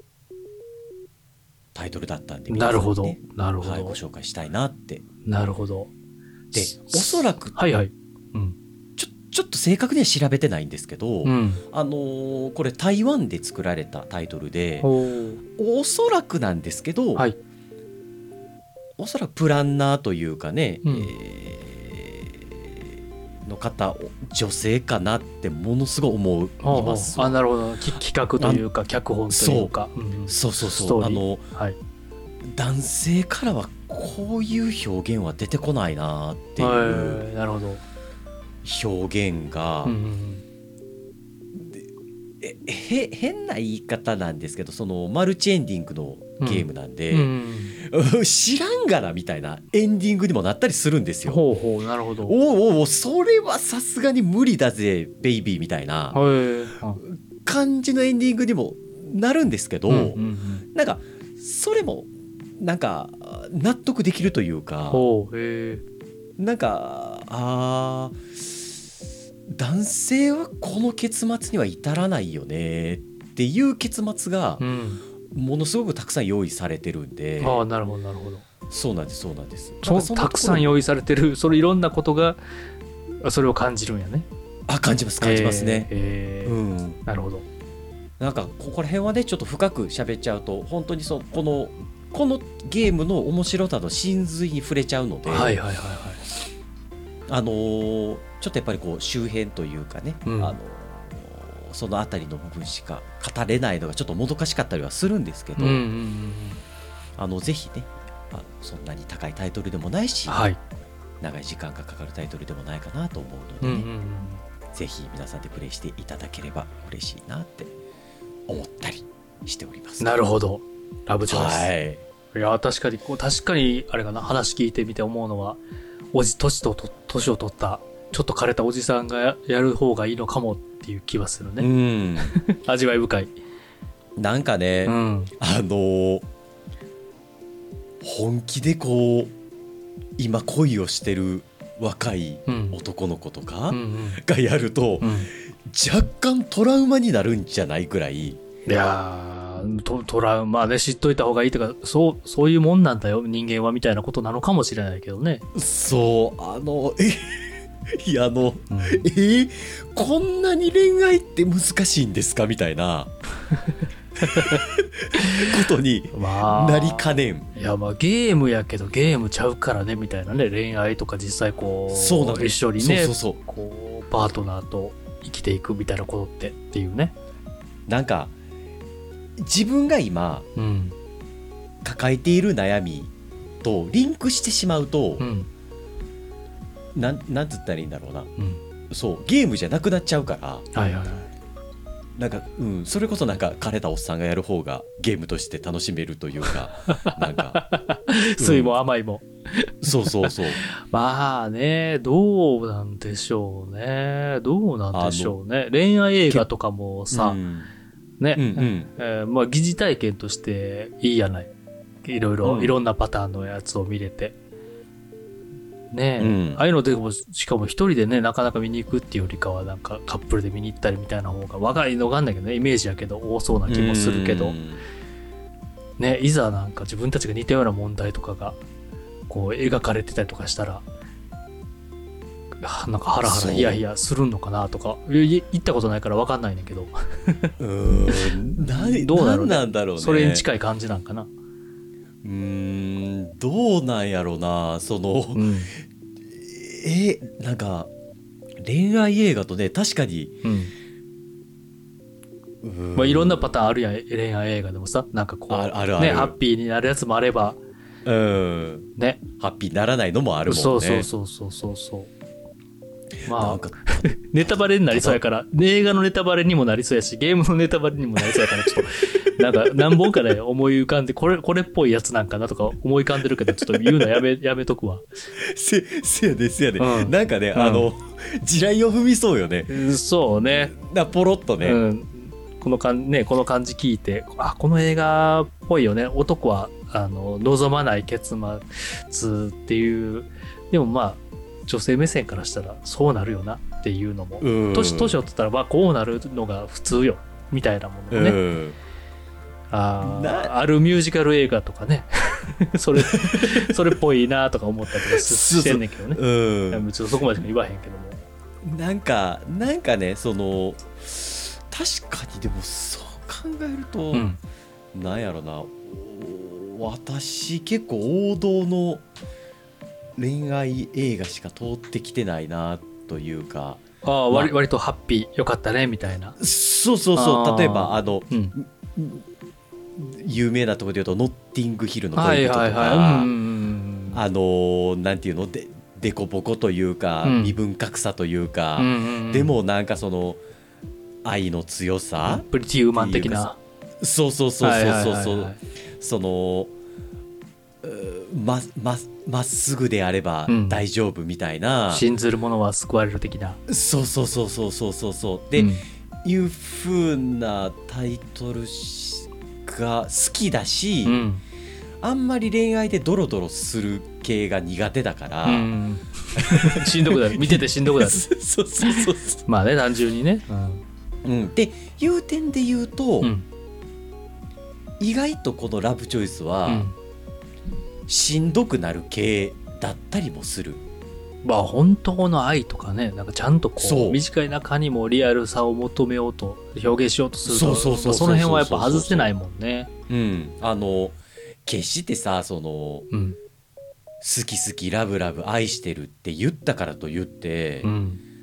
タイトルだったんで、 ね、なるほどなるほど、はい、 ご紹介したいなって。 なるほど。 でおそらく、 はいはい、うん、 ちょちょっと正確には調べてないんですけど、うん、あのー、これ台湾で作られたタイトルで お, おそらくなんですけど、はい、おそらくプランナーというかね、うん、えー、の方女性かなってものすごい思います。 あなるほど企画というか脚本というかそう、うん、そうそうそうあの、はい、男性からはこういう表現は出てこないなっていう、 なるほど表現が、うん、えへ変な言い方なんですけどそのマルチエンディングのゲームなんで、うんうん、知らんがなみたいなエンディングにもなったりするんですよ。 ほうほうなるほど。 おうおうそれはさすがに無理だぜベイビーみたいな感じのエンディングにもなるんですけど、うんうんうん、なんかそれもなんか納得できるというか、ほうへなんかあ男性はこの結末には至らないよねっていう結末がものすごくたくさん用意されてるんで、 うん、ああなるほどなるほどそうなんですそうなんです。 そたくさん用意されてるそれいろんなことがそれを感じるんやね。 あ感じます感じますね、 えーえーうん、なるほど。 なんかここら辺はねちょっと深く喋っちゃうと本当にそこのこのゲームの面白さの真髄に触れちゃうので、はいはいはいはい、あのー、 ちょっとやっぱりこう周辺というかね、うん、あのそのあたりの部分しか語れないのがちょっともどかしかったりはするんですけど、うんうんうん、あのぜひね、あのそんなに高いタイトルでもないし、はい、長い時間がかかるタイトルでもないかなと思うのでね、うんうんうん、ぜひ皆さんでプレイしていただければ嬉しいなって思ったりしております。 なるほど、ラブチョイス、はい、いや確かにこう確かにあれかな、話聞いてみて思うのは、おじ年と年を取ったちょっと枯れたおじさんがやる方がいいのかもっていう気はするね、うん、味わい深い。 なんかね、うん、あのー、本気でこう今恋をしてる若い男の子とかがやると、うんうんうん、若干トラウマになるんじゃないぐらい。いやト, トラウマで、ね、知っといた方がいいとか、そうそういうもんなんだよ人間はみたいなことなのかもしれないけどね。 そうあのえいやあの、うん、えー、こんなに恋愛って難しいんですかみたいなことになりかねん、まあ、いやまあゲームやけどゲームちゃうからねみたいなね。恋愛とか実際こうそうなの一緒にね、そうそうそうこうパートナーと生きていくみたいなことってっていうね。 なんか自分が今、うん、抱えている悩みとリンクしてしまうと、うん、なん、なんつったらいいんだろうな、うん、そうゲームじゃなくなっちゃうから、はいはいはい、なんか、うん、それこそなんか枯れたおっさんがやる方がゲームとして楽しめるというかなんか酸いも甘いも、 うん、そうそうそうまあね、どうなんでしょうね、どうなんでしょうね。恋愛映画とかもさ、うん、ね、うんうん、えー、まあ疑似体験としていいやない、いろいろ、うん、いろんなパターンのやつを見れてねえ、うん、ああいうのでもしかも一人でねなかなか見に行くっていうよりかはなんかカップルで見に行ったりみたいな方が若いのがあんだけどね、イメージやけど多そうな気もするけど、ね、いざなんか自分たちが似たような問題とかがこう描かれてたりとかしたらなんかハラハラヒヤヒヤするのかなとか、行ったことないから分かんないねんけどうーん何どうなる、ね、なんだろうね、それに近い感じなんかな。 うーんどうなんやろな、その、うん、えなんか恋愛映画とね確かに、 うん、まあ、いろんなパターンあるやん恋愛映画でもさ、なんかこうあるある、ね、ハッピーになるやつもあれば、 うんね、ハッピーにならないのもあるもんね。 そうそうそうそうそうそうまあ、なんかネタバレになりそうやから、映画のネタバレにもなりそうやしゲームのネタバレにもなりそうやから、ちょっとなんか何本かで思い浮かんでこれこれっぽいやつなんかなとか思い浮かんでるけど、ちょっと言うのやめやめとくわ。 せせやでせやで、うん、なんかね、うん、あの地雷を踏みそうよね。 そうね。 だポロッとね、うん、 このかんねこの感じ聞いて、あこの映画っぽいよね。男はあの望まない結末っていう、でもまあ女性目線からしたらそうなるよなっていうのも、年年を取ったらまあこうなるのが普通よみたいなものをね、ああるミュージカル映画とかねそれそれっぽいなとか思ったりとかしてんねんけどね。そうそう、うん、ちょっとそこまでしか言わへんけども、 なんかなんかね、その確かにでもそう考えると、うん、なんやろな、私結構王道の恋愛映画しか通ってきてないなというか、 あ、まあ、割, 割とハッピーよかったねみたいな。 そうそうそう、例えばあの、うん、有名なところで言うとノッティングヒルの恋人とか、はいはいはい、あのなんていうのでデコボコというか、うん、身分格差というか、うんうんうん、でもなんかその愛の強さ、 プリティウーマン的な、 そうそうそうそうそうそう、そのまままっすぐであれば大丈夫みたいな、うん、 信ずる者は救われる的な、 そうそうそうそうそうそうそうで、うん、いう風なタイトルが好きだし、うん、あんまり恋愛でドロドロする系が苦手だから、うん、 しんどくなる、見ててしんどくなるそうそうそうそうまあね、単純にね、 うんうん、でいう点で言うと、うん、意外とこのラブチョイスは、うんしんどくなる系だったりもする。 まあ本当の愛とかね、なんかちゃんとこう短い中にもリアルさを求めようと表現しようとすると、その辺はやっぱ外せないもんね。 うん、あの決してさ、その、うん、好き好きラブラブ愛してるって言ったからと言って、うん、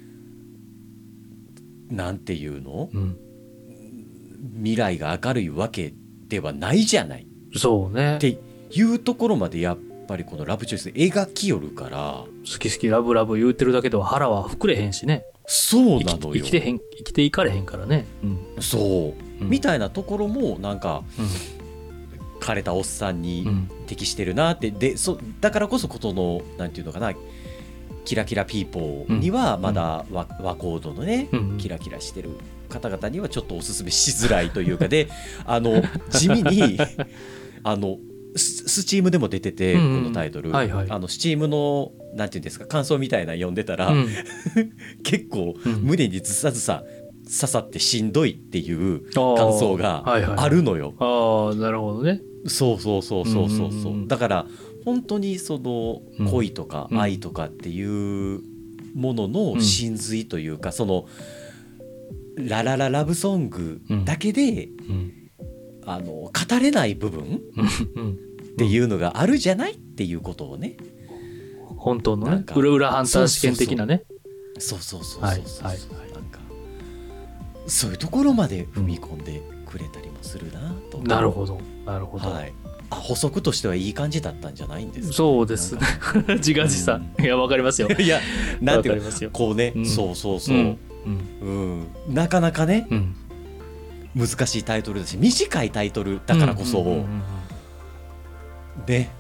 なんていうの、 うん、 未来が明るいわけではないじゃない。 そうね。 っていうところまでやっぱりこのラブチョイス描きよるから、 好き好きラブラブ言うてるだけでは腹は膨れへんしね。 そうなのよ。 生きてへん、生きていかれへんからね。うん、 そう、うん、みたいなところもなんか、うん、枯れたおっさんに適してるなって、うん、でそだからこそことのなんていうのかな、キラキラピーポーにはまだ和、うん、和コードのね、うん、キラキラしてる方々にはちょっとおすすめしづらいというかであの地味にあのスチームでも出てて、うんうん、このタイトル、はいはい、あのスチームのなんていうんですか、感想みたいなの読んでたら、うん、結構胸にずさずさ刺さってしんどいっていう感想があるのよ。 あ、はいはい、あ、なるほどね。 そうそうそうそうそう、うんうんうん、だから本当にその恋とか愛とかっていうものの真髄というか、うん、そのララララブソングだけで、うん、あの語れない部分っていうのがあるじゃないっていうことをね、 本当のね、裏裏ハンター試験的なね、 そうそうそうそうそう、はいはい、なんかそういうところまで踏み込んでくれたりもするなと、うん、 なるほどなるほど、 はい、あ、補足としてはいい感じだったんじゃないんですか、ね、 そうですね自画自賛、うん、いやわかりますよいやなんていうかこうね、うん、そうそうそう、うんうんうん、なかなかね、うん、難しいタイトルだし短いタイトルだからこそ、うんうんうんうん、ね、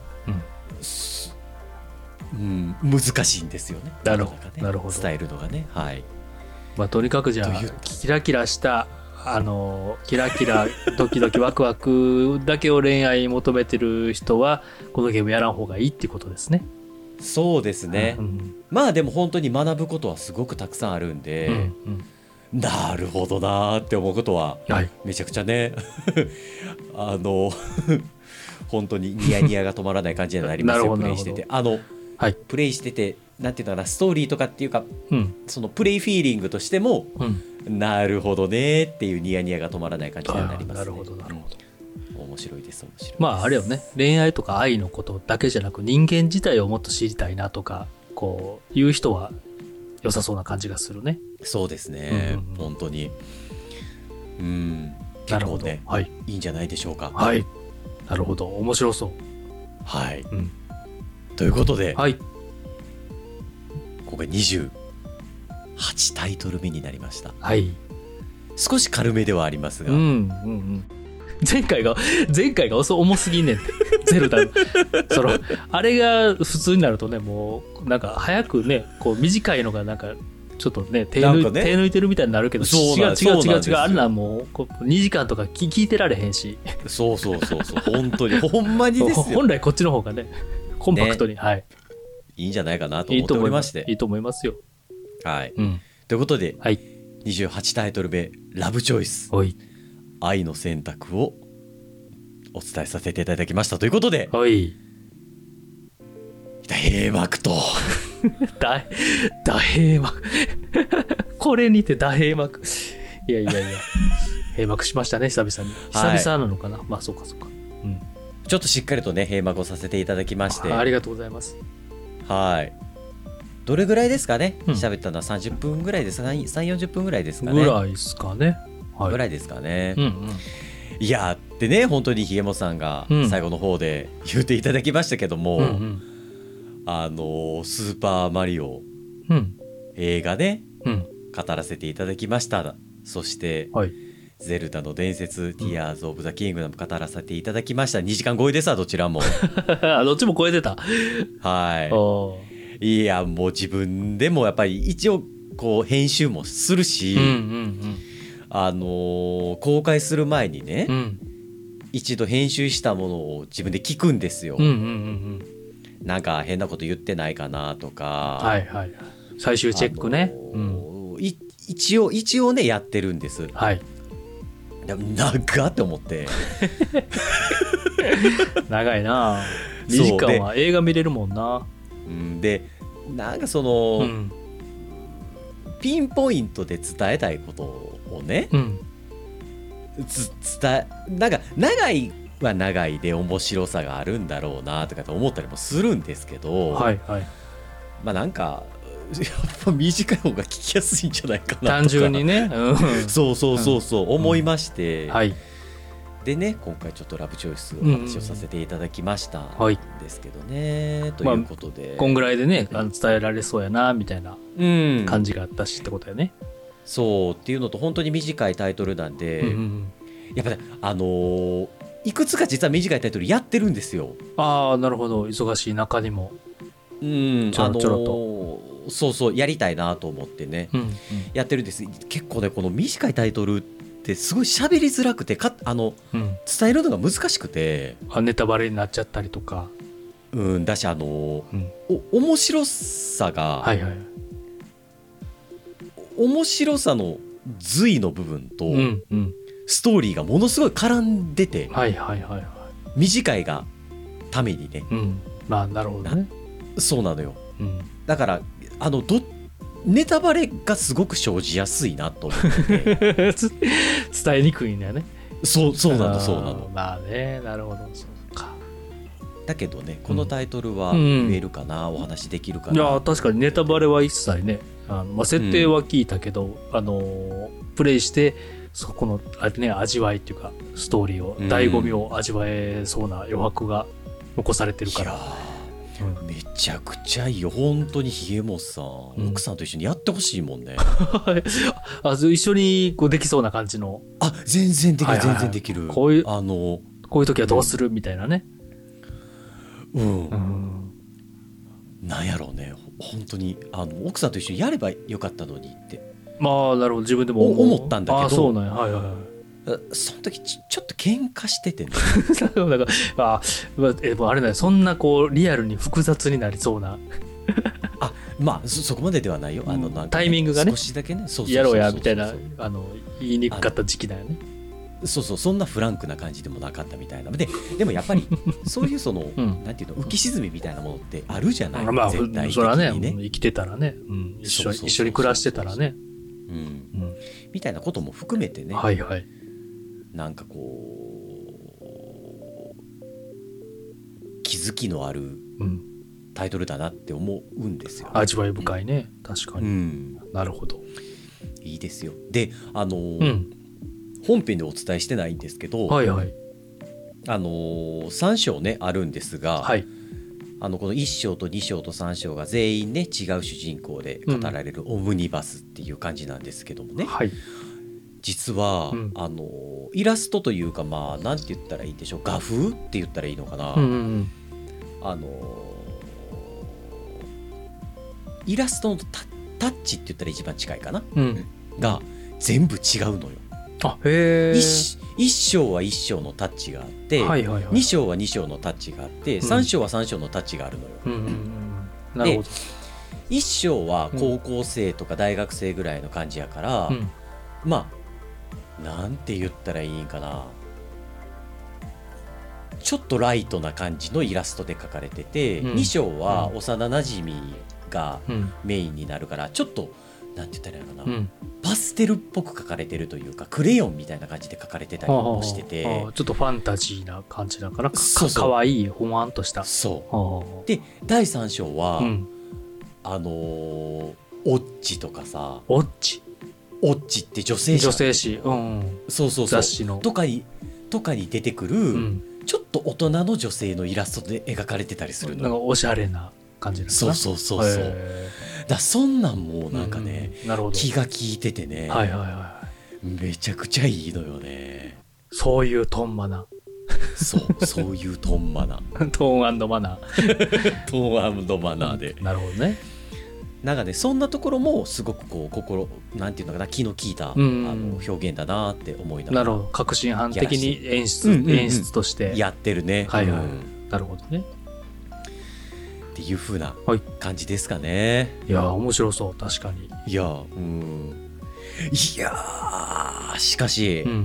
うんうん、難しいんですよね。 なるほど、ね、なるほど、 伝えるのがね、はい。 まあ、とにかくじゃあキラキラしたあのキラキラドキドキワクワクだけを恋愛求めてる人はこのゲームやらん方がいいっていうことですね。 そうですね、うん、まあでも本当に学ぶことはすごくたくさんあるんで、うんうん、なるほどなって思うことはめちゃくちゃね、はい、あの本当にニヤニヤが止まらない感じになりますよプレイしてて、あの、はい、プレイしててなんていうのかな、ストーリーとかっていうか、うん、そのプレイフィーリングとしても、うん、なるほどねっていうニヤニヤが止まらない感じになりますね。なるほどなるほど、うん、面白いです面白いです。 まああれよね、恋愛とか愛のことだけじゃなく人間自体をもっと知りたいなとかこういう人は良さそうな感じがするね。 そうですね、うんうんうん、本当に、うん、結構ね、はい、いいんじゃないでしょうか。 はい、なるほど、面白そう。 はい、うん、ということで、はい、今回にじゅうはちタイトル目になりました。はい、少し軽めではありますが、うんうんうん、 前回が前回が重すぎんねんってゼルダのそのあれが普通になるとね、もうなんか早くね、こう短いのがなんかちょっとね手抜い、ね、手抜いてるみたいになるけど、違う違う違う違う、あんなんもうこうにじかんとか聞, 聞いてられへんし、 そうそうそうそう本当にほんまにですよ本来こっちの方がねコンパクトに、ね、はい、 いいんじゃないかなと思っておりまして、 いいと思いますよ。 はい、うん、ということで、はい、にじゅうはちタイトル目ラブチョイス、愛の選択をお伝えさせていただきましたということで、はい、閉幕と大閉幕これにて大閉幕、いやいやいや閉幕しましたね、久々に。久々なのかな、はい、まあそうかそうか、うん、 ちょっとしっかりとね閉幕をさせていただきまして、 あ, ありがとうございます。 はい、どれぐらいですかね、喋、うん、ったのはさんじゅっぷんぐらいですか、さんじゅう、よんじゅっぷんぐらいですかね、 ぐらいですかね、 はい、ぐらいですかね、うんうん、いやでね、本当にひげもさんが最後の方で言っていただきましたけども、うんうん、あのスーパーマリオ、うん、映画で、うん、語らせていただきました。そして、はい、ゼルダの伝説、ティアーズ・オブ・ザ・キングダム語らせていただきました。にじかん超えでさ、どちらもどっちも超えてたはい、いやもう自分でもやっぱり一応こう編集もするし、うんうんうん、あのー、公開する前にね、うん、一度編集したものを自分で聞くんですよ、うんうんうんうん、なんか変なこと言ってないかなとか、 はいはい、最終チェックね、あのーうん、一応一応ねやってるんです、はい、でも長って思って長いな、にじかんは映画見れるもんな。 でなんかその、うん、ピンポイントで伝えたいことをね、うん、つ伝えなんか長いは長いで面白さがあるんだろうなとかと思ったりもするんですけど、はいはい、まあなんかぱ短い方が聞きやすいんじゃないかなとか単純にね、 うん、そうそうそうそう、うん、思いまして、 はい、 でね今回ちょっとラブチョイスお話をさせていただきましたんですけどね、はい、ということで、 まあ、こんぐらいでね伝えられそうやなみたいな感じがあったしってことやね、うん、 そうっていうのと本当に短いタイトルなんで、うんうん、やっぱり、ね、あのー、いくつか実は短いタイトルやってるんですよ。 ああなるほど、忙しい中にもうんちょろちょろと、あのー、そうそうやりたいなと思ってね、うんうん、やってるんです。結構ねこの短いタイトルってすごい喋りづらくてかあの、うん、伝えるのが難しくて、 あネタバレになっちゃったりとか、 うんだしあのーうん、お面白さが、はいはい、面白さの髄の部分と、うんうん、ストーリーがものすごい絡んでて、はいはいはいはい、短いがためにね、 うん、まあなるほどね、 そうなのよ、うん、だからあのどネタバレがすごく生じやすいなと思って伝えにくいんだよね。 そうそうなのそうなの。 まあねなるほどそうか。 だけどねこのタイトルは言えるかな、うん、お話できるかな。 いや確かにネタバレは一切ねあの、まあ、設定は聞いたけど、うん、あのプレイしてそこのあれ、ね、味わいっていうかストーリーを、うん、醍醐味を味わえそうな余白が残されてるから、 うん、めちゃくちゃいいよ本当にひげもさん、うん、奥さんと一緒にやってほしいもんねあ一緒にこうできそうな感じの。 あ全然できる、はいはいはい、全然できる。 こういうあのこういう時はどうする、うん、みたいなね。 うん、うん、なんやろうね本当にあの奥さんと一緒にやればよかったのにってまあなるほど自分でも思ったんだけど。あそうなんやはいはいはい。 その時 ち, ちょっと喧嘩しててねなんかあえあれだよそんなこうリアルに複雑になりそうなあまあ そ, そこまでではないよあのなんか、ね、 タイミングがね少しだけねそうやろうやみたいなあの言いにくかった時期だよね。 そうそうそんなフランクな感じでもなかったみたいなででもやっぱりそういうその、うん、なんていうの浮き沈みみたいなものってあるじゃない、 まあ、 絶対的にね。 それはね生きてたらね、うん、一緒一緒に暮らしてたらね、 うんうん、みたいなことも含めてね、 はいはい、 なんかこう気づきのあるタイトルだなって思うんですよ、ね、 味わい深いね、うん、確かに、うん、なるほどいいですよ。であのーうん、本編でお伝えしてないんですけど、 はいはい、 あのー、さん章ねあるんですが、はい、あのこのいっ章とに章とさん章が全員ね違う主人公で語られるオムニバスっていう感じなんですけどもね、うんはい、実は、うん、あのイラストというかまあなんて言ったらいいでしょう画風って言ったらいいのかな、うんうんうん、あのイラストの タ, タッチって言ったら一番近いかな、うん、が全部違うのよ。 あへー。 いち章はいち章のタッチがあって、はいはいはい、に章はに章のタッチがあって、うん、さん章はさん章のタッチがあるのよ、うんうんうん、なるほど。でいち章は高校生とか大学生ぐらいの感じやから、うん、まあなんて言ったらいいんかな、ちょっとライトな感じのイラストで描かれてて、うん、に章は幼なじみがメインになるからちょっとなんて言ったらいいのかな、うん、パステルっぽく描かれてるというかクレヨンみたいな感じで描かれてたりもしてて、はあはあ、ちょっとファンタジーな感じだからかかわいいほわんとした。 そう、はあ、でだいさん章は、うん、あのー、オッチとかさオッチオッチって女性誌女性誌、うん、 そうそうそう雑誌のとかにとかに出てくる、うん、ちょっと大人の女性のイラストで描かれてたりするの。 なんかおしゃれな感じなのかな。 そうそうそうそう。だそんなんもなんかね、 うん、なるほど気が利いててね、 はいはいはい、 めちゃくちゃいいのよね。 そういうトンマナそうそういうトンマナトーン&マナートーン&マナーで、 なるほどね。 なんかねそんなところもすごくこう心なんていうのかな気の利いた、うん、あの表現だなって思いながら。 なるほど、革新犯的に演出、うんうんうん、演出としてやってるね。 はいはい、 うん、 なるほどねっていう風な感じですかね。 はい、いや面白そう確かに。 いやうんいやしかし、うん、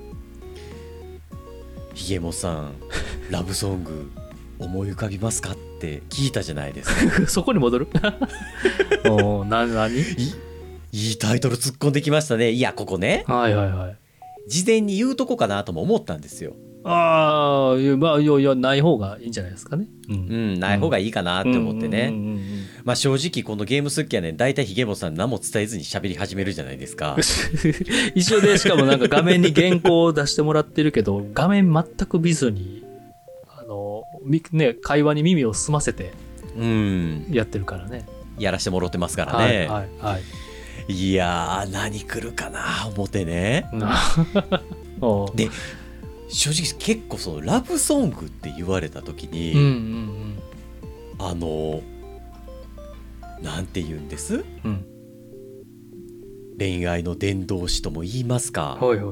ひげもさんラブソング思い浮かびますかって聞いたじゃないですかそこに戻るおな何いいいタイトル突っ込んできましたね。いやここね、 はいはいはい、 事前に言うとこかなとも思ったんですよ。 ああ、まあ、いやいや、ない方がいいんじゃないですかね。 うん、うん、ない方がいいかなって思ってね。まあ正直このゲーム好きやねん、大体ひげもさん何も伝えずに喋り始めるじゃないですか。 一緒で、しかもなんか画面に原稿を出してもらってるけど、画面全く見ずに、あの、ね、会話に耳を澄ませて、やってるからね。 うん、やらしてもらってますからね。 はい、はい、はい。 いやー、何来るかな思ってね。で、正直結構そのラブソングって言われた時に、うんうんうん、あのなんて言うんです、うん、恋愛の伝道師とも言いますか、はいはいはい、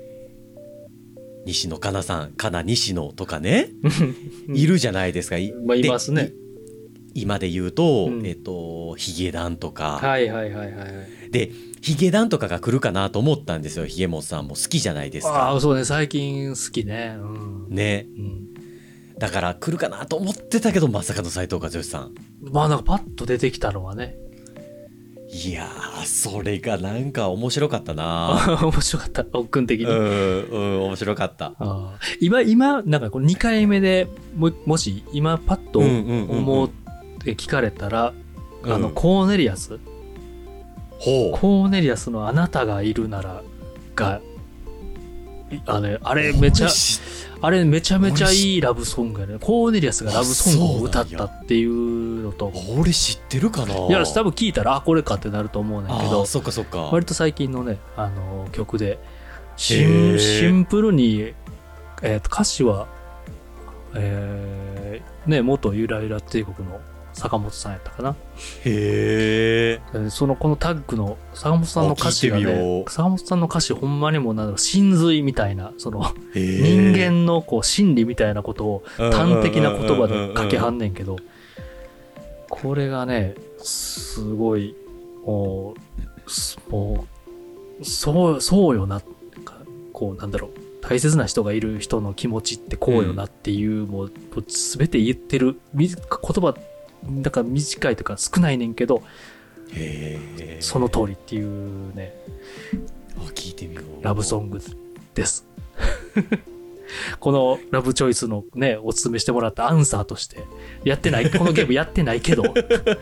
西野カナさん、カナ西野とかねいるじゃないですか。 まあ、いますね。 今で言うと、うん、えっとヒゲダンとか、 はいはいはいはい、 でヒゲダンとかが来るかなと思ったんですよ。ヒゲモンさんも好きじゃないですか。 ああ、そうね、最近好きね。うん、 ね、うん、だから来るかなと思ってたけど、まさかの斉藤和義さん。 まあなんかパッと出てきたのはね。 いやー、それがなんか面白かったな。 面白かった、おっくん的に。 うん、うん、面白かった。 あ今今なんかこのにかいめでももし今パッと思って聞かれたら、うんうんうんうん、あのコーネリアス。コーネリアスのあなたがいるならが、あれ、あれめちゃ、あれめちゃめちゃいいラブソングやね。コーネリアスがラブソングを歌ったっていうのと。 俺知ってるかな。 いや、多分聞いたら、あ、これかってなると思うねんけど、 そっかそっか。 割と最近のね、あの、曲で、シン、シンプルに、えーと、歌詞は、えー、ね、元ゆらゆら帝国の坂本さんやったかな。 へえ。 そのこのタッグの坂本さんの歌詞がね、坂本さんの歌詞ほんまにもなんだろう、真髄みたいな、その人間のこう心理みたいなことを端的な言葉で書けはんねんけど、これがね、すごいもうもうそうそうよな、こうなんだろう、大切な人がいる人の気持ちってこうよなっていう、うん、もう全て言ってる言葉だから短いとか少ないねんけど、へその通りっていうね、 あ、聞いてみよう。 ラブソングですこのラブチョイスのね、おすすめしてもらったアンサーとしてやってない、このゲームやってないけどコ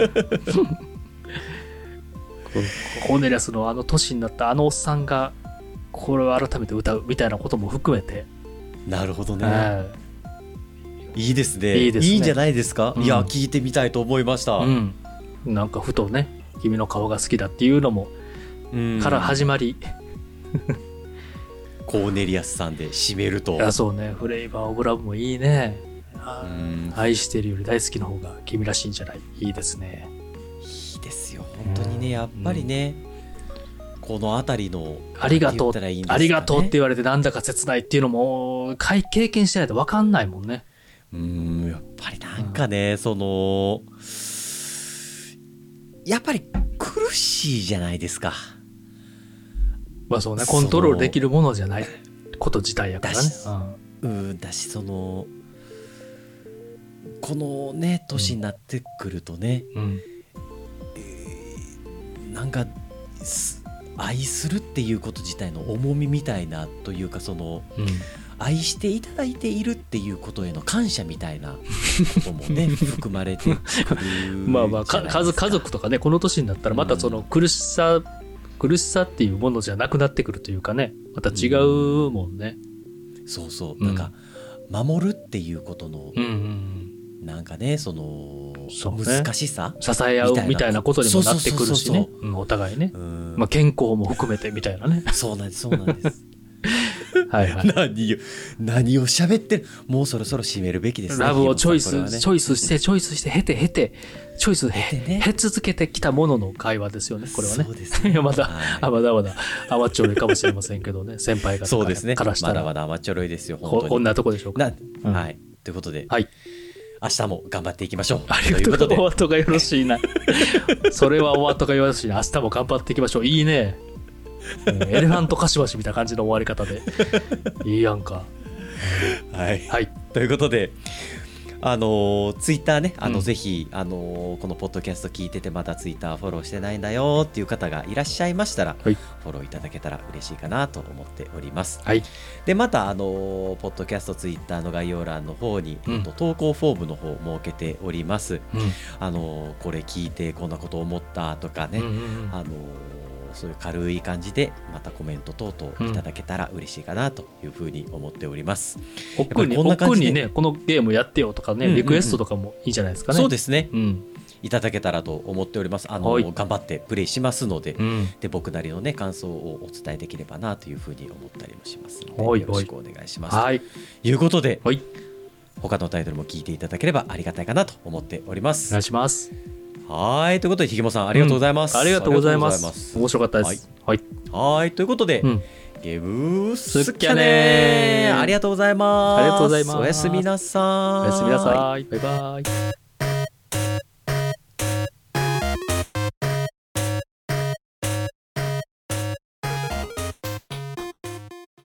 ーネリアスのあの年になったあのおっさんがこれを改めて歌うみたいなことも含めて。 なるほどね、えーいいですね。いいですね。いいんじゃないですか。うん、いや、聞いてみたいと思いました。うん、 なんかふとね、君の顔が好きだっていうのも、うん、から始まり。 コーネリアスさんで締めると。 いや、そうね。フレイバーオブラブもいいね。うん、愛してるより大好きの方が君らしいんじゃない。いいですね。 いいですよ。本当にね、やっぱりね。うん、このあたりのありがとう、ね、ありがとうって言われてなんだか切ないっていうのも経験してないと分かんないもんね。 うーん、やっぱりなんかね、うん、そのやっぱり苦しいじゃないですか。 まあそうね、コントロールできるものじゃないこと自体やからね。 うん、うん、だし、そのこのね年になってくるとね、うんえー、なんか愛するっていうこと自体の重みみたいなというか、その、うん、愛していただいているっていうことへの感謝みたいなこともね含まれてくるまあまあか家族とかね、この年になったらまたその苦しさ、うん、苦しさっていうものじゃなくなってくるというかね、また違うもんね、 うん、そうそう、うん、なんか守るっていうことの、うんうん、なんかね、そのそうね、難しさ支え合うみたいなことにもなってくるしね、お互いね、うん、まあ、健康も含めてみたいなねそうなんです、そうなんですはい、はい、何を何を喋ってる、もうそろそろ締めるべきですね。 ラブをチョイス、ね、チョイスしてチョイスして経て経てチョイス経てね、経続けてきたものの会話ですよね、これはね。そうですね。いやまだ、はい、あまだまだ甘っちょろいかもしれませんけどね、先輩方そうですね、 からしたらまだまだ甘っちょろいですよ、本当に。 こんなとこでしょうか。 うん、はい、ということで、 はい、 明日も頑張っていきましょう。 ありがとうございます。お後がよろしいなそれはお後がよろしいな。明日も頑張っていきましょう。いいね。エレファントカシマシみたいな感じの終わり方でいいやんか。 はい、はい、ということで、 あのツイッターね、あの、 うんぜひ、あのこのポッドキャスト聞いててまだツイッターフォローしてないんだよっていう方がいらっしゃいましたら、 はい、 フォローいただけたら嬉しいかなと思っております。 はい、 でまた、あのポッドキャストツイッターの概要欄の方に、 うんえっと、投稿フォームの方を設けております。 うんあのこれ聞いてこんなこと思ったとかね、 うんうんうんあのそういう軽い感じでまたコメント等々いただけたら嬉しいかなというふうに思っております。 おっくんに、 やっぱりこんな感じでおっくんにね、このゲームやってよとかね、 うんうんうんリクエストとかもいいじゃないですかね。 そうですね、 うん。 いただけたらと思っております。あの、 はい頑張ってプレイしますので、 うん。 で僕なりのね感想をお伝えできればなというふうに思ったりもしますので、 はいよろしくお願いします。 はい。 ということで、 はい。 他のタイトルも聞いていただければありがたいかなと思っておりまおす。 願いします。 はい、ということでひげもさんありがとうございます。 ありがとうございます。 ありがとうございます面白かったです。はい。 はい、ということで、 うん。 ゲームすっきゃすっきゃねーねー。ありがとうございます。 ありがとうございますおやすみなさい。 おやすみなさい。バイバイ。